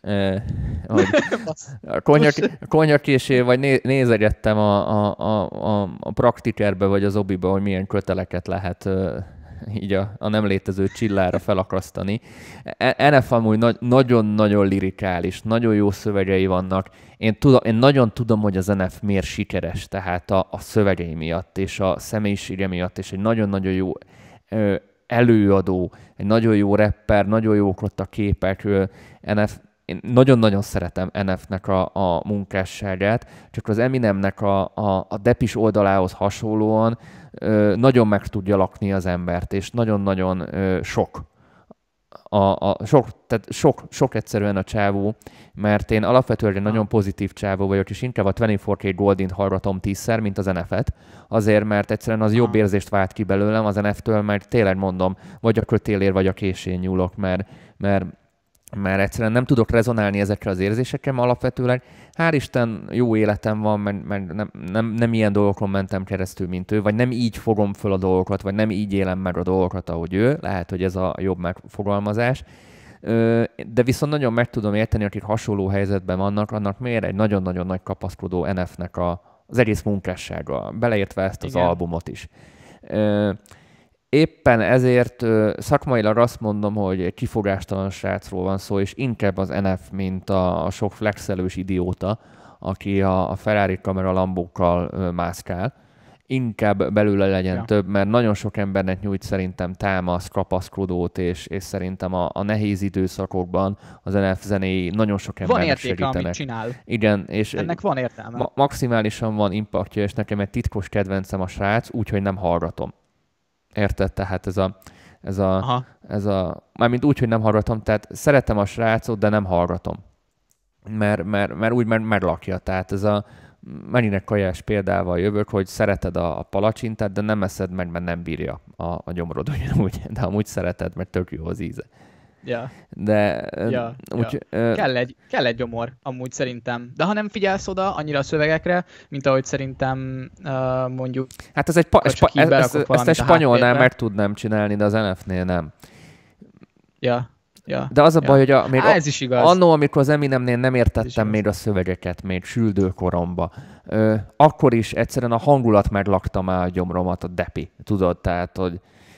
Speaker 1: Konyhakésé, vagy nézegettem a praktikerbe, vagy az obiba, hogy milyen köteleket lehet így a nem létező csillára felakasztani. NF amúgy nagyon-nagyon lirikális, nagyon jó szövegei vannak. Én nagyon tudom, hogy az NF miért sikeres, tehát a szövegei miatt, és a személyisége miatt, és egy nagyon-nagyon jó előadó, egy nagyon jó rapper, nagyon jók ott a képek. Én nagyon-nagyon szeretem NF-nek a munkásságát, csak az Eminemnek a depis oldalához hasonlóan nagyon meg tudja lakni az embert, és nagyon-nagyon sok egyszerűen a csávó, mert én alapvetően egy nagyon pozitív csávó vagyok, és inkább a 24K Goldint hallgatom 10-szer, mint az NF-et, azért, mert egyszerűen az jobb érzést vált ki belőlem az NF-től, mert tényleg mondom, vagy a kötélér, vagy a késén nyúlok, mert egyszerűen nem tudok rezonálni ezekre az érzésekkel, alapvetőleg hál' Isten jó életem van, mert nem ilyen dolgokon mentem keresztül, mint ő, vagy nem így fogom föl a dolgokat, vagy nem így élem meg a dolgokat, ahogy ő. Lehet, hogy ez a jobb megfogalmazás. De viszont nagyon meg tudom érteni, akik hasonló helyzetben vannak, annak miért egy nagyon-nagyon nagy kapaszkodó NF-nek az egész munkássága, beleértve ezt az albumot is. Éppen ezért szakmailag azt mondom, hogy egy kifogástalan srácról van szó, és inkább az NF, mint a sok flexelős idióta, aki a Ferrari kamera lambókkal mászkál. Inkább belőle legyen több, mert nagyon sok embernek nyújt szerintem támasz, kapaszkodót, és szerintem a nehéz időszakokban az NF zenéi nagyon sok embernek segítenek.
Speaker 2: Van értéke, amit csinál.
Speaker 1: Igen, és
Speaker 2: ennek van értelme.
Speaker 1: Maximálisan van impaktja, és nekem egy titkos kedvencem a srác, úgyhogy nem hallgatom. Érted? Tehát ez a mármint úgy, hogy nem hallgatom, tehát szeretem a srácot, de nem hallgatom. Mert úgy meglakja. Tehát ez Merinek kajás példával jövök, hogy szereted a palacsintát, de nem eszed meg, mert nem bírja a gyomrod ugyanúgy. De amúgy szereted, mert tök jó az íze.
Speaker 2: Ja.
Speaker 1: De
Speaker 2: kell egy gyomor, amúgy szerintem. De ha nem figyelsz oda annyira a szövegekre, mint ahogy szerintem mondjuk...
Speaker 1: Hát ezt egy spanyolnál meg tudnám csinálni, de az NF-nél nem.
Speaker 2: Ja.
Speaker 1: De az a baj, hogy még
Speaker 2: ez is igaz.
Speaker 1: Annó, amikor az Eminemnél nem értettem még a szövegeket, még süldőkoromba, akkor is egyszerűen a hangulat meglakta már a gyomromat, a depi, tudod, tehát, hogy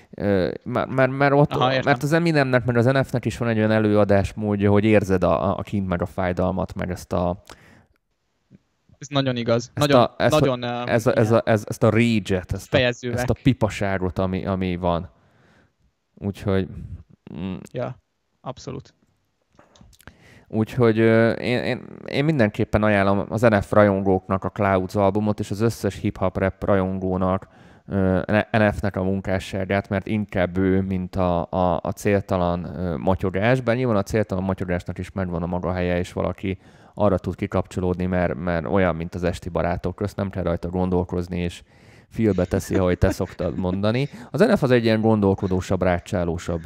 Speaker 1: mert az Eminemnek, meg az NF-nek is van egy olyan előadásmódja, hogy érzed a kint meg a fájdalmat, meg ezt a...
Speaker 2: Ez nagyon igaz.
Speaker 1: Ezt a rage-et, ezt a pipaságot, ami van. Úgyhogy...
Speaker 2: Ja, abszolút.
Speaker 1: Úgyhogy én mindenképpen ajánlom az NF rajongóknak a Clouds albumot, és az összes hip-hop rap rajongónak NF-nek a munkásságát, mert inkább ő, mint a céltalan motyogás. Bár nyilván a céltalan motyogásnak is megvan a maga helye, és valaki arra tud kikapcsolódni, mert olyan, mint az esti barátok közt, nem kell rajta gondolkozni, és fülbe teszi, ahogy te szoktad mondani. Az NF az egy ilyen gondolkodósabb, rácsálósabb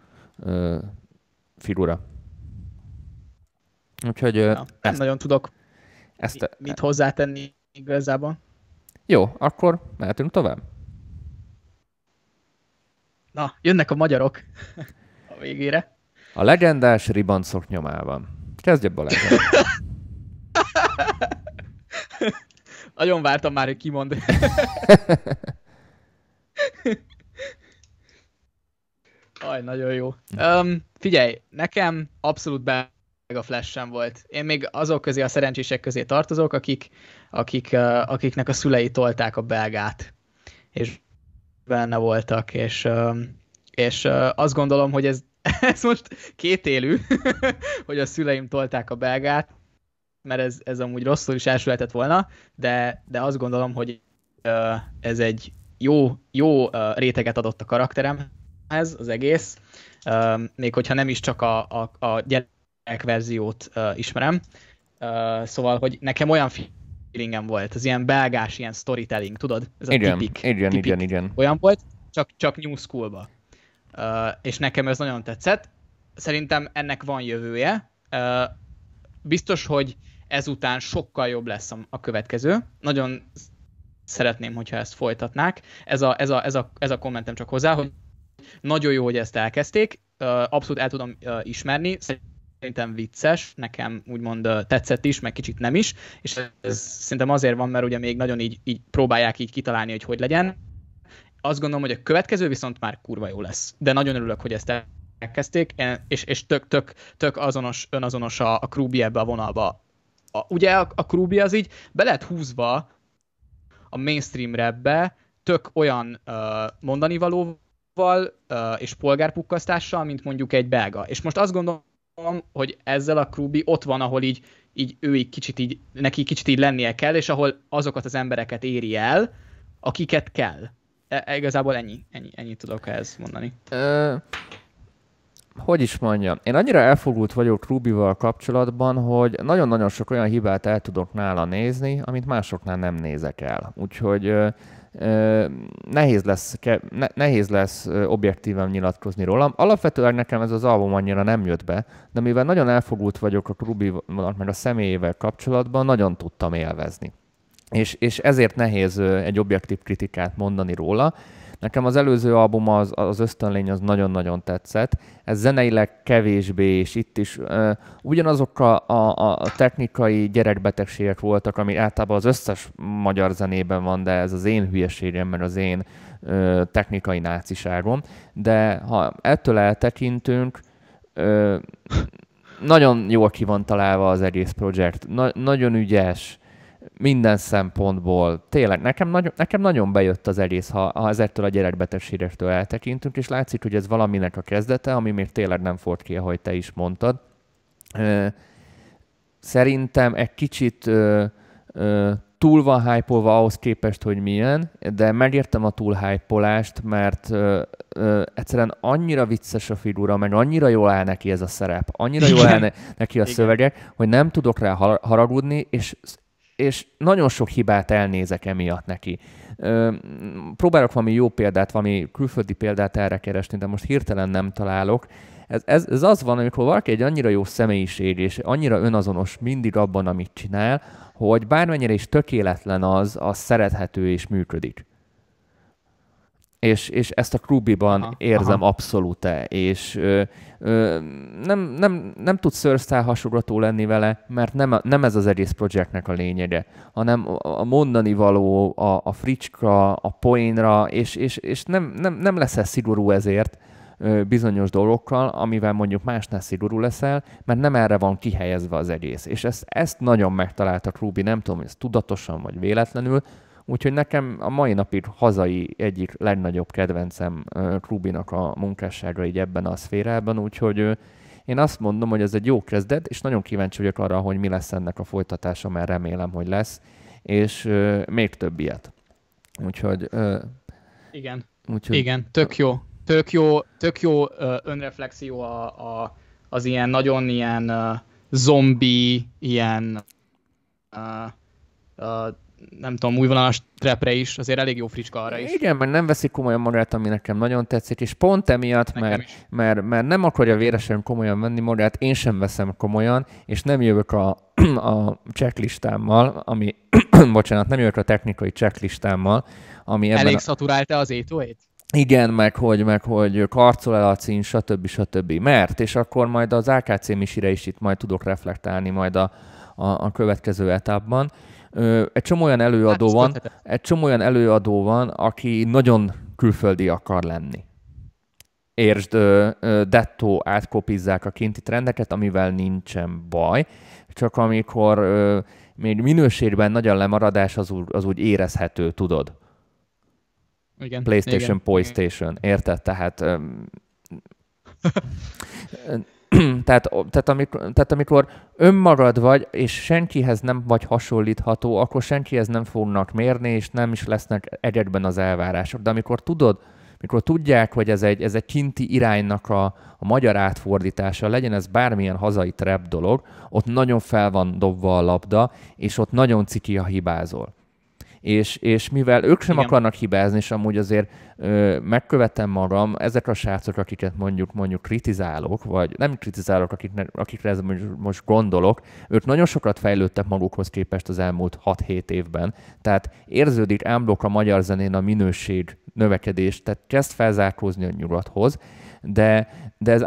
Speaker 1: figura. Úgyhogy...
Speaker 2: nem nagyon tudok mit hozzátenni igazából.
Speaker 1: Jó, akkor mehetünk tovább.
Speaker 2: Na, jönnek a magyarok a végére.
Speaker 1: A legendás ribancok nyomában. Kezdj Balázs.
Speaker 2: Nagyon vártam már, hogy kimond. Nagyon jó. Figyelj, nekem abszolút belga flash-em volt. Én még azok közé, a szerencsések közé tartozok, akiknek a szülei tolták a belgát, és benne voltak, és azt gondolom, hogy ez most kétélű, hogy a szüleim tolták a belgát, mert ez amúgy rosszul is első lehetett volna, de azt gondolom, hogy ez egy jó réteget adott a karakteremhez, az egész, még hogyha nem is csak a gyerekverziót ismerem. Szóval, hogy nekem olyan feelingem volt, az ilyen belgás, ilyen storytelling, tudod? Ez a
Speaker 1: igen.
Speaker 2: Olyan volt, csak New School-ba. És nekem ez nagyon tetszett. Szerintem ennek van jövője. Biztos, hogy ezután sokkal jobb lesz a következő. Nagyon szeretném, hogyha ezt folytatnák. Ez a kommentem csak hozzá, hogy nagyon jó, hogy ezt elkezdték, abszolút el tudom ismerni, szerintem vicces, nekem úgymond tetszett is, meg kicsit nem is, és ez szerintem azért van, mert ugye még nagyon így próbálják így kitalálni, hogy legyen. Azt gondolom, hogy a következő viszont már kurva jó lesz. De nagyon örülök, hogy ezt elkezdték, és tök önazonos a Krúbi ebbe a vonalba. Ugye a Krúbi az így be lett húzva a mainstream rapbe tök olyan mondanivalóval és polgárpukkasztással, mint mondjuk egy belga. És most azt gondolom, hogy ezzel a Krúbi ott van, ahol így ő neki kicsit így lennie kell, és ahol azokat az embereket éri el, akiket kell. Igazából ennyit tudok ehhez mondani.
Speaker 1: Hogy is mondjam, én annyira elfogult vagyok Krúbival kapcsolatban, hogy nagyon-nagyon sok olyan hibát el tudok nála nézni, amit másoknál nem nézek el. Úgyhogy nehéz lesz objektíven nyilatkozni rólam. Alapvetően nekem ez az album annyira nem jött be, de mivel nagyon elfogult vagyok a Krúbival, meg a személyével kapcsolatban, nagyon tudtam élvezni. És ezért nehéz egy objektív kritikát mondani róla. Nekem az előző album, az Ösztönlény, az nagyon-nagyon tetszett. Ez zeneileg kevésbé, és itt is ugyanazok a technikai gyerekbetegségek voltak, ami általában az összes magyar zenében van, de ez az én hülyeségem, mert az én technikai náciságom. De ha ettől eltekintünk, nagyon jól ki van találva az egész projekt. Nagyon ügyes, minden szempontból. Tényleg, nekem nagyon bejött az egész, ha ezektől a gyerekbetegségektől eltekintünk, és látszik, hogy ez valaminek a kezdete, ami még tényleg nem fordult ki, ahogy te is mondtad. Szerintem egy kicsit túl van hype-olva ahhoz képest, hogy milyen, de megértem a túl hype-olást, mert egyszerűen annyira vicces a figura, meg annyira jól áll neki ez a szerep, annyira jól áll neki a szövegek, hogy nem tudok rá haragudni, és nagyon sok hibát elnézek emiatt neki. Próbálok valami jó példát, valami külföldi példát erre keresni, de most hirtelen nem találok. Ez az van, amikor valaki egy annyira jó személyiség, és annyira önazonos mindig abban, amit csinál, hogy bármennyire is tökéletlen az szerethető és működik. És ezt a Krúbiban érzem abszolút, és nem tud szőrszál hasonlató lenni vele, mert nem ez az egész projektnek a lényege, hanem a mondani való, a fricska, a poénra, és nem leszel szigorú ezért bizonyos dolgokkal, amivel mondjuk másnál szigorú leszel, mert nem erre van kihelyezve az egész. És ezt nagyon megtalálta Krúbi, nem tudom, hogy ez tudatosan vagy véletlenül, úgyhogy nekem a mai napig hazai egyik legnagyobb kedvencem Krúbinak a munkássága így ebben a szférában, úgyhogy én azt mondom, hogy ez egy jó kezdet, és nagyon kíváncsi vagyok arra, hogy mi lesz ennek a folytatása, mert remélem, hogy lesz, és még több ilyet. Úgyhogy...
Speaker 2: Igen, tök jó önreflexió az ilyen nagyon ilyen zombi, ilyen nem tudom, újvonalas trapre is, azért elég jó fricska arra is.
Speaker 1: Igen, mert nem veszik komolyan magát, ami nekem nagyon tetszik, és pont emiatt, mert nem akarja véresen komolyan venni magát, én sem veszem komolyan, és nem jövök a checklistámmal, ami, bocsánat, nem jövök a technikai checklistámmal, ami ebben...
Speaker 2: Elég szaturálta az 808?
Speaker 1: Igen, meg hogy karcol el a cín, stb. Mert, és akkor majd az AKC Misire is itt majd tudok reflektálni majd a következő etapban. Egy csomó olyan előadó van, aki nagyon külföldi akar lenni. Értsd, dettó átkopizzák a kinti trendeket, amivel nincsen baj, csak amikor még minőségben nagy a lemaradás, az úgy érezhető, tudod.
Speaker 2: Igen,
Speaker 1: PlayStation, PlayStation, érted? Tehát... Tehát amikor önmagad vagy, és senkihez nem vagy hasonlítható, akkor senkihez nem fognak mérni, és nem is lesznek egyekben az elvárások. De amikor tudják, hogy ez egy kinti iránynak a magyar átfordítása, legyen ez bármilyen hazai trap dolog, ott nagyon fel van dobva a labda, és ott nagyon ciki, ha hibázol. És mivel ők sem akarnak hibázni, és amúgy azért megkövetem magam, ezek a srácok, akiket mondjuk kritizálok, vagy nem kritizálok, akikre ez most gondolok, ők nagyon sokat fejlődtek magukhoz képest az elmúlt 6-7 évben. Tehát érződik ámblok a magyar zenén a minőség növekedés, tehát kezd felzárkózni a nyugathoz, de ez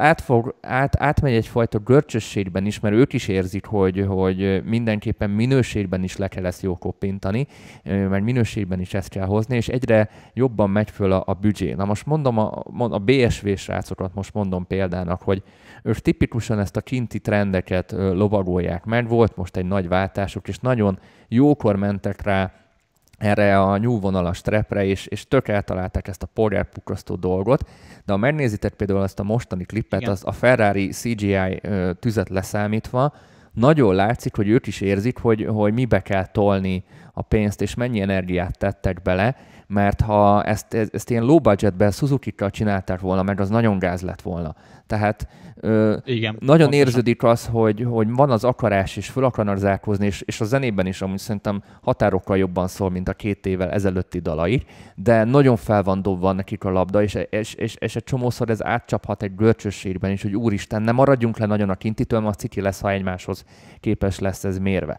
Speaker 1: átmegy egyfajta görcsösségben is, mert ők is érzik, hogy mindenképpen minőségben is le kell ezt jól koppintani, mert minőségben is ezt kell hozni, és egyre jobban megy föl a büdzsé. Na most mondom a BSV srácokat most mondom példának, hogy ők tipikusan ezt a kinti trendeket lovagolják meg, volt most egy nagy váltásuk, és nagyon jókor mentek rá erre a nyúlvonalas trapre, és tök eltalálták ezt a polgárpukkasztó dolgot, de ha megnézitek például ezt a mostani klippet, az a Ferrari CGI tüzet leszámítva, nagyon látszik, hogy ők is érzik, hogy mibe kell tolni a pénzt, és mennyi energiát tettek bele, mert ha ezt ilyen low budgetben Suzuki-kkal csinálták volna, meg az nagyon gáz lett volna. Tehát igen, nagyon pontosan érződik az, hogy van az akarás, és föl akarnak zárkózni, és a zenében is amúgy szerintem határokkal jobban szól, mint a 2 évvel ezelőtti dalai, de nagyon fel van dobva nekik a labda, és egy csomószor ez átcsaphat egy görcsösségben is, hogy úristen, ne maradjunk le nagyon a kintitől, mert ciki lesz, ha egymáshoz képes lesz ez mérve.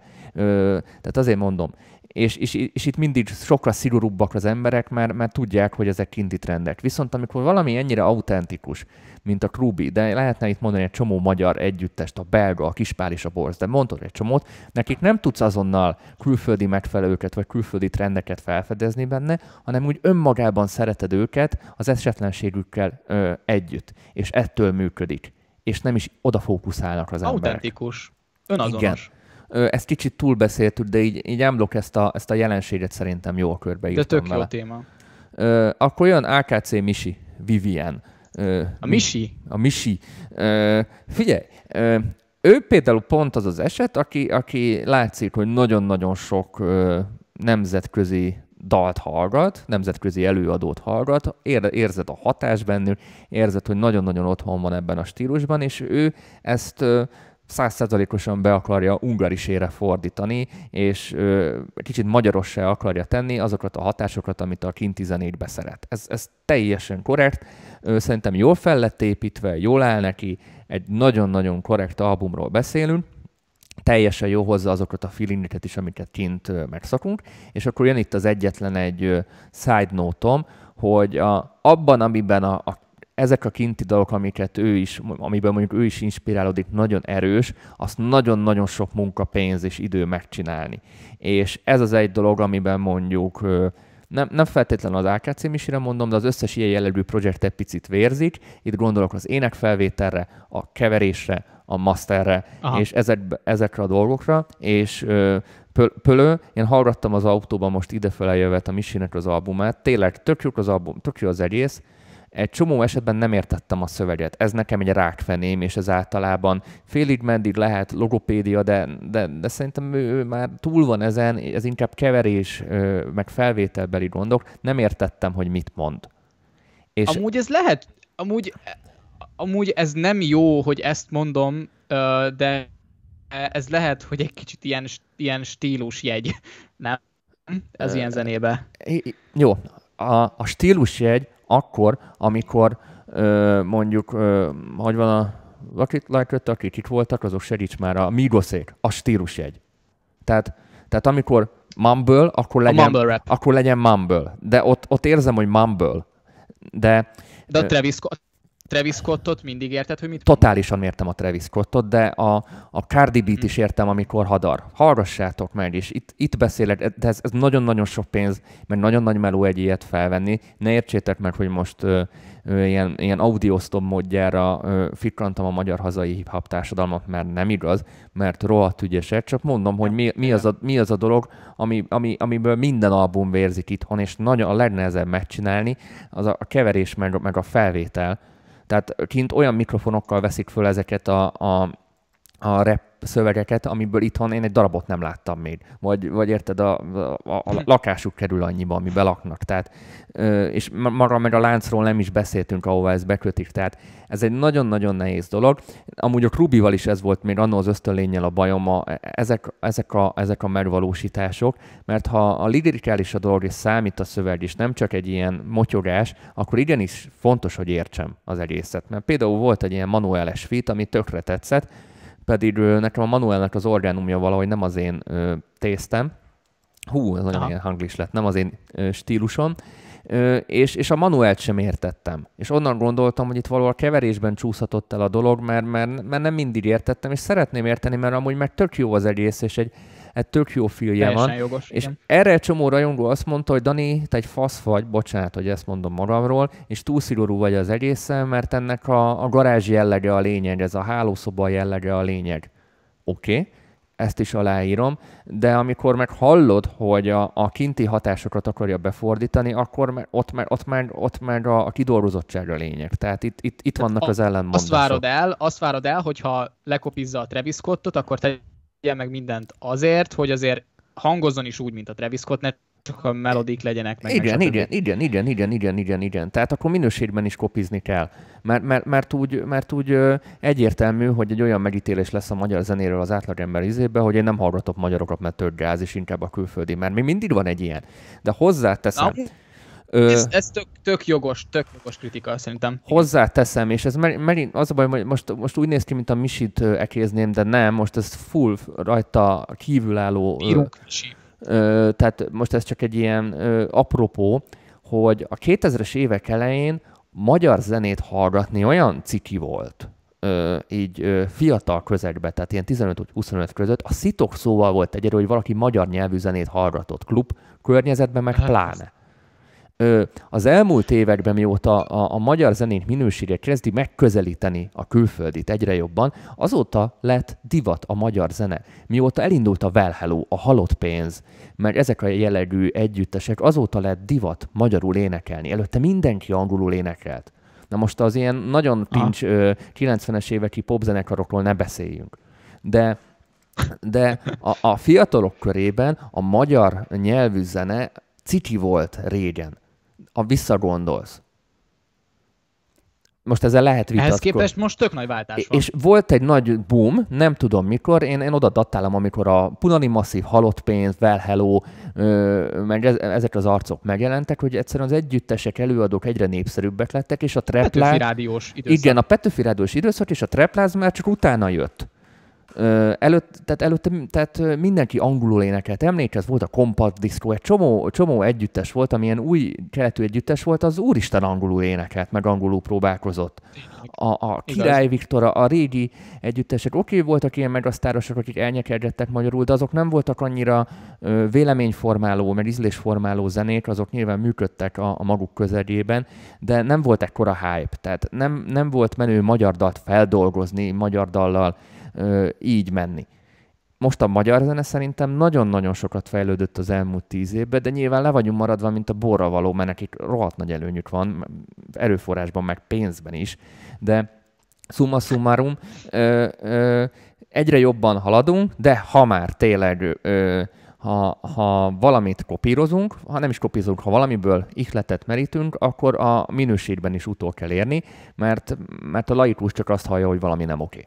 Speaker 1: Tehát azért mondom. És itt mindig sokkal szigorúbbak az emberek, mert tudják, hogy ezek kinti trendek. Viszont amikor valami ennyire autentikus, mint a Krúbi, de lehetne itt mondani egy csomó magyar együttest, a belga, a Kispál és a Borz, de mondod egy csomót, nekik nem tudsz azonnal külföldi megfelelőket vagy külföldi trendeket felfedezni benne, hanem úgy önmagában szereted őket az esetlenségükkel együtt, és ettől működik. És nem is oda fókuszálnak az emberek.
Speaker 2: Autentikus, önazonos.
Speaker 1: Igen. Ezt kicsit túlbeszéltük, de így ámblok ezt a jelenséget szerintem jól körbeírtam
Speaker 2: vele. De tök jó téma.
Speaker 1: Akkor jön AKC Misi, Vivian.
Speaker 2: A Misi?
Speaker 1: A Misi. Figyelj, ő például pont az az eset, aki látszik, hogy nagyon-nagyon sok nemzetközi dalt hallgat, nemzetközi előadót hallgat, érzed a hatás bennük, érzed, hogy nagyon-nagyon otthon van ebben a stílusban, és ő ezt 100%-osan be akarja ungarisére fordítani, és kicsit magyarossá akarja tenni azokat a hatásokat, amit a kinti zenékbe szeret. Ez teljesen korrekt, szerintem jól fel lett építve, jól áll neki, egy nagyon-nagyon korrekt albumról beszélünk, teljesen jó hozza azokat a feelingeket is, amiket kint megszokunk, és akkor jön itt az egyetlen egy side note-om, hogy abban, amiben ezek a kinti dalok, amiben mondjuk ő is inspirálódik, nagyon erős, azt nagyon-nagyon sok munka, pénz és idő megcsinálni. És ez az egy dolog, amiben mondjuk nem feltétlenül az AKC Misire mondom, de az összes ilyen jellegű projekt egy picit vérzik. Itt gondolok az énekfelvételre, a keverésre, a masterre, és ezekre a dolgokra, és Pölő, én hallgattam az autóban most idefele jövet a Misinek az albumát, tényleg tök jó az album, tök jó az egész. Egy csomó esetben nem értettem a szöveget. Ez nekem egy rákfeném, és ez általában félig meddig lehet logopédia, de szerintem ő már túl van ezen, ez inkább keverés, meg felvételbeli gondok. Nem értettem, hogy mit mond.
Speaker 2: És amúgy ez lehet, amúgy ez nem jó, hogy ezt mondom, de ez lehet, hogy egy kicsit ilyen stílusjegy, nem? Ez ilyen zenébe.
Speaker 1: Jó, a stílusjegy akkor, amikor mondjuk, hogy van a Rocket Like-öt, akik itt voltak, azok segíts már, a Migoszék, a stílusjegy. Tehát amikor mumble, akkor legyen mumble. De ott érzem, hogy mumble. De
Speaker 2: a Travis Scottot mindig érted, hogy mit
Speaker 1: totálisan értem a Travis Scottot, de a Cardi B-t is értem, amikor hadar. Hallgassátok meg, és itt beszélek, de ez nagyon-nagyon sok pénz, meg nagyon nagy meló egy ilyet felvenni. Ne értsétek meg, hogy most ilyen audiosztob módjára fikrantam a magyar hazai hip-hop társadalmat, mert nem igaz, mert rohadt ügyesek, csak mondom, hogy mi az a dolog, amiből minden album vérzik itthon, és nagyon a legnehezebb megcsinálni, az a keverés meg a felvétel. Tehát kint olyan mikrofonokkal veszik föl ezeket a szövegeket, amiből itthon én egy darabot nem láttam még. Vagy érted, a lakásuk kerül annyiba, amiben laknak. Tehát, és maga meg a láncról nem is beszéltünk, ahova ez bekötik. Tehát ez egy nagyon-nagyon nehéz dolog. Amúgy a Rubyval is ez volt még annól az ösztönlénnyel a bajom, ezek a megvalósítások, mert ha a lirikális a dolog és számít a szöveg is, nem csak egy ilyen motyogás, akkor igenis fontos, hogy értsem az egészet. Mert például volt egy ilyen manuáles feat, ami tökre tetszett, pedig nekem a manuálnak az orgánumja valahogy nem az én tésztem. Ez nagyon ilyen hanglis lett, nem az én stílusom. És a manuált sem értettem. És onnan gondoltam, hogy itt valahol keverésben csúszhatott el a dolog, mert nem mindig értettem, és szeretném érteni, mert amúgy meg tök jó az egész, és egy tök jó filmje van.
Speaker 2: Jogos,
Speaker 1: és
Speaker 2: igen.
Speaker 1: Erre egy csomó rajongó azt mondta, hogy Dani, te egy fasz vagy, bocsánat, hogy ezt mondom magamról, és túl szigorú vagy az egészen, mert ennek a garázs jellege a lényeg, ez a hálószoba jellege a lényeg. Oké. Ezt is aláírom, de amikor meg hallod, hogy a kinti hatásokat akarja befordítani, akkor ott már a kidolgozottság a lényeg. Tehát itt vannak az ellentmondások.
Speaker 2: Azt várod el, hogyha lekopizza a Travis Scottot, akkor tegye meg mindent azért, hogy azért hangozzon is úgy, mint a Travis Scott, ne csak a melodik legyenek meg.
Speaker 1: Igen. Tehát akkor minőségben is kopizni kell. Mert úgy egyértelmű, hogy egy olyan megítélés lesz a magyar zenéről az átlagember izében, hogy én nem hallgatok magyarokat, mert tök gáz, és inkább a külföldi. Mert még mindig van egy ilyen. De hozzáteszem...
Speaker 2: Ez tök jogos kritika, szerintem.
Speaker 1: Hozzáteszem, és ez megint az a baj, hogy most úgy néz ki, mint a Misit ekézném, de nem, most ez full rajta kívülálló... Tehát most ez csak egy ilyen apropó, hogy a 2000-es évek elején magyar zenét hallgatni olyan ciki volt, így fiatal közegben, tehát ilyen 15-25 között, a szitok szóval volt egyedül, hogy valaki magyar nyelvű zenét hallgatott klub környezetben, meg pláne. Az elmúlt években, mióta a magyar zenét minősége kezdi megközelíteni a külföldit egyre jobban, azóta lett divat a magyar zene. Mióta elindult a Well Hello, a Halott pénz, mert ezek a jellegű együttesek, azóta lett divat magyarul énekelni. Előtte mindenki angolul énekelt. Na most az ilyen nagyon pincs 90-es éveki popzenekarokról ne beszéljünk. De a fiatalok körében a magyar nyelvű zene ciki volt régen. Ha visszagondolsz. Most ezzel lehet vitatkozni.
Speaker 2: Ehhez képest most tök nagy váltás van.
Speaker 1: És volt egy nagy boom, nem tudom mikor, én oda datálom, amikor a Punani Massive, Halott pénz, Well Hello, meg ezek az arcok megjelentek, hogy egyszerűen az együttesek, előadók egyre népszerűbbek lettek, és a trapláz...
Speaker 2: Petőfi rádiós időszak.
Speaker 1: Igen, a Petőfi rádiós időszak, és a trapláz már csak utána jött. Tehát mindenki angolul énekelt. Emlékezz, volt a Compact Disco, egy csomó együttes volt, amilyen új keletű együttes volt, az úristen angolul énekelt, meg angolul próbálkozott. A Király Viktor, a régi együttesek, voltak ilyen megasztárosok, akik elnyekedgettek magyarul, de azok nem voltak annyira véleményformáló, meg ízlésformáló zenék, azok nyilván működtek a maguk közegében, de nem volt ekkora hype. Tehát nem volt menő magyar dalt feldolgozni, magyar dallal így menni. Most a magyar zene szerintem nagyon-nagyon sokat fejlődött az elmúlt 10 évben, de nyilván le vagyunk maradva, mint a borra való, mert nekik rohadt nagy előnyük van, erőforrásban, meg pénzben is, de summa summarum, egyre jobban haladunk, de ha már tényleg ha valamit kopírozunk, ha nem is kopírozunk, ha valamiből ihletet merítünk, akkor a minőségben is utol kell érni, mert a laikus csak azt hallja, hogy valami nem oké.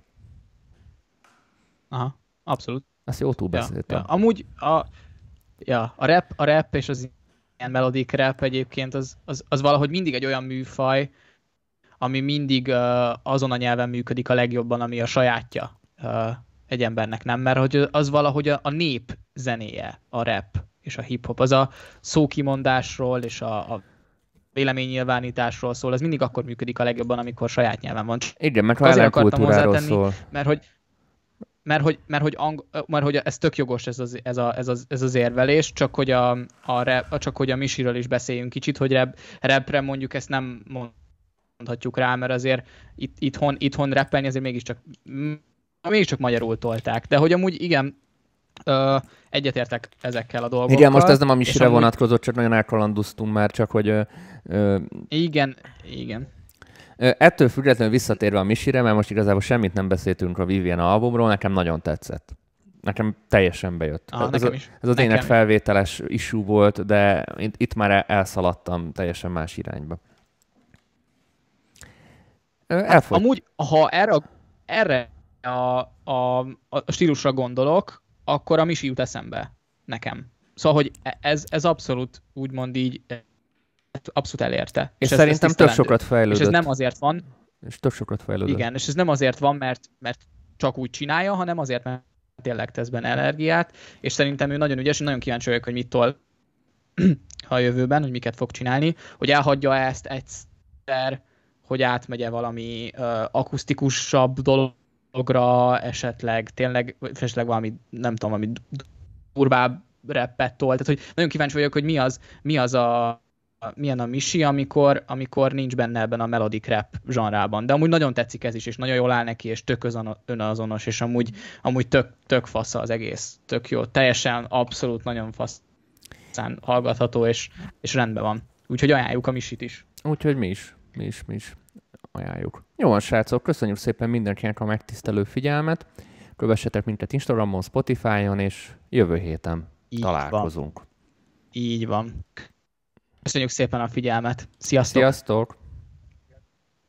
Speaker 2: Aha, abszolút.
Speaker 1: Ezt jó túlbeszéltem.
Speaker 2: Ja. Amúgy a rap és az ilyen melodic rap egyébként az valahogy mindig egy olyan műfaj, ami mindig azon a nyelven működik a legjobban, ami a sajátja egy embernek, nem? Mert hogy az valahogy a nép zenéje, a rap és a hip-hop. Az a szókimondásról és a véleménynyilvánításról szól, ez mindig akkor működik a legjobban, amikor saját nyelven van.
Speaker 1: Igen, meg ha ellenkultúráról szól.
Speaker 2: Mert hogy ez tök jogos ez az érvelés, csak hogy a Misiről is beszéljünk kicsit, hogy rapre mondjuk ezt nem mondhatjuk rá, mert azért itthon rappelni azért mégiscsak magyarul tolták. De hogy amúgy igen, egyetértek ezekkel a dolgokkal.
Speaker 1: Igen, most ez nem a Misire vonatkozott, csak nagyon elkalandoztunk már, csak hogy...
Speaker 2: Igen.
Speaker 1: Ettől függetlenül visszatérve a Misire, mert most igazából semmit nem beszéltünk a Vivian albumról, nekem nagyon tetszett. Nekem teljesen bejött. Ez a tényleg felvételes issue volt, de itt már elszaladtam teljesen más irányba.
Speaker 2: Amúgy, ha erre a stílusra gondolok, akkor a Misi jut eszembe nekem. Szóval, hogy ez abszolút úgymond így abszolút elérte.
Speaker 1: És szerintem több sokat fejlődött.
Speaker 2: És ez nem azért van.
Speaker 1: És több sokat fejlődött.
Speaker 2: Igen, és ez nem azért van, mert csak úgy csinálja, hanem azért, mert tényleg tesz benne energiát, és szerintem ő nagyon ügyes, és nagyon kíváncsi vagyok, hogy mit tol a jövőben, hogy miket fog csinálni, hogy elhagyja ezt egyszer, hogy átmegye valami akusztikusabb dologra, esetleg valami, nem tudom, valami durvább rappet tol. Tehát, hogy nagyon kíváncsi vagyok, hogy milyen a Misi, amikor nincs benne ebben a melodic rap zsanrában. De amúgy nagyon tetszik ez is, és nagyon jól áll neki, és tök önazonos, és amúgy tök fasz az egész. Tök jó. Teljesen, abszolút nagyon faszán hallgatható, és rendben van. Úgyhogy ajánljuk a Misit is.
Speaker 1: Úgyhogy mi is ajánljuk. Jó van, srácok, köszönjük szépen mindenkinek a megtisztelő figyelmet. Kövessetek minket Instagramon, Spotify-on, és jövő héten találkozunk.
Speaker 2: Így van. Köszönjük szépen a figyelmet. Sziasztok!
Speaker 1: Sziasztok!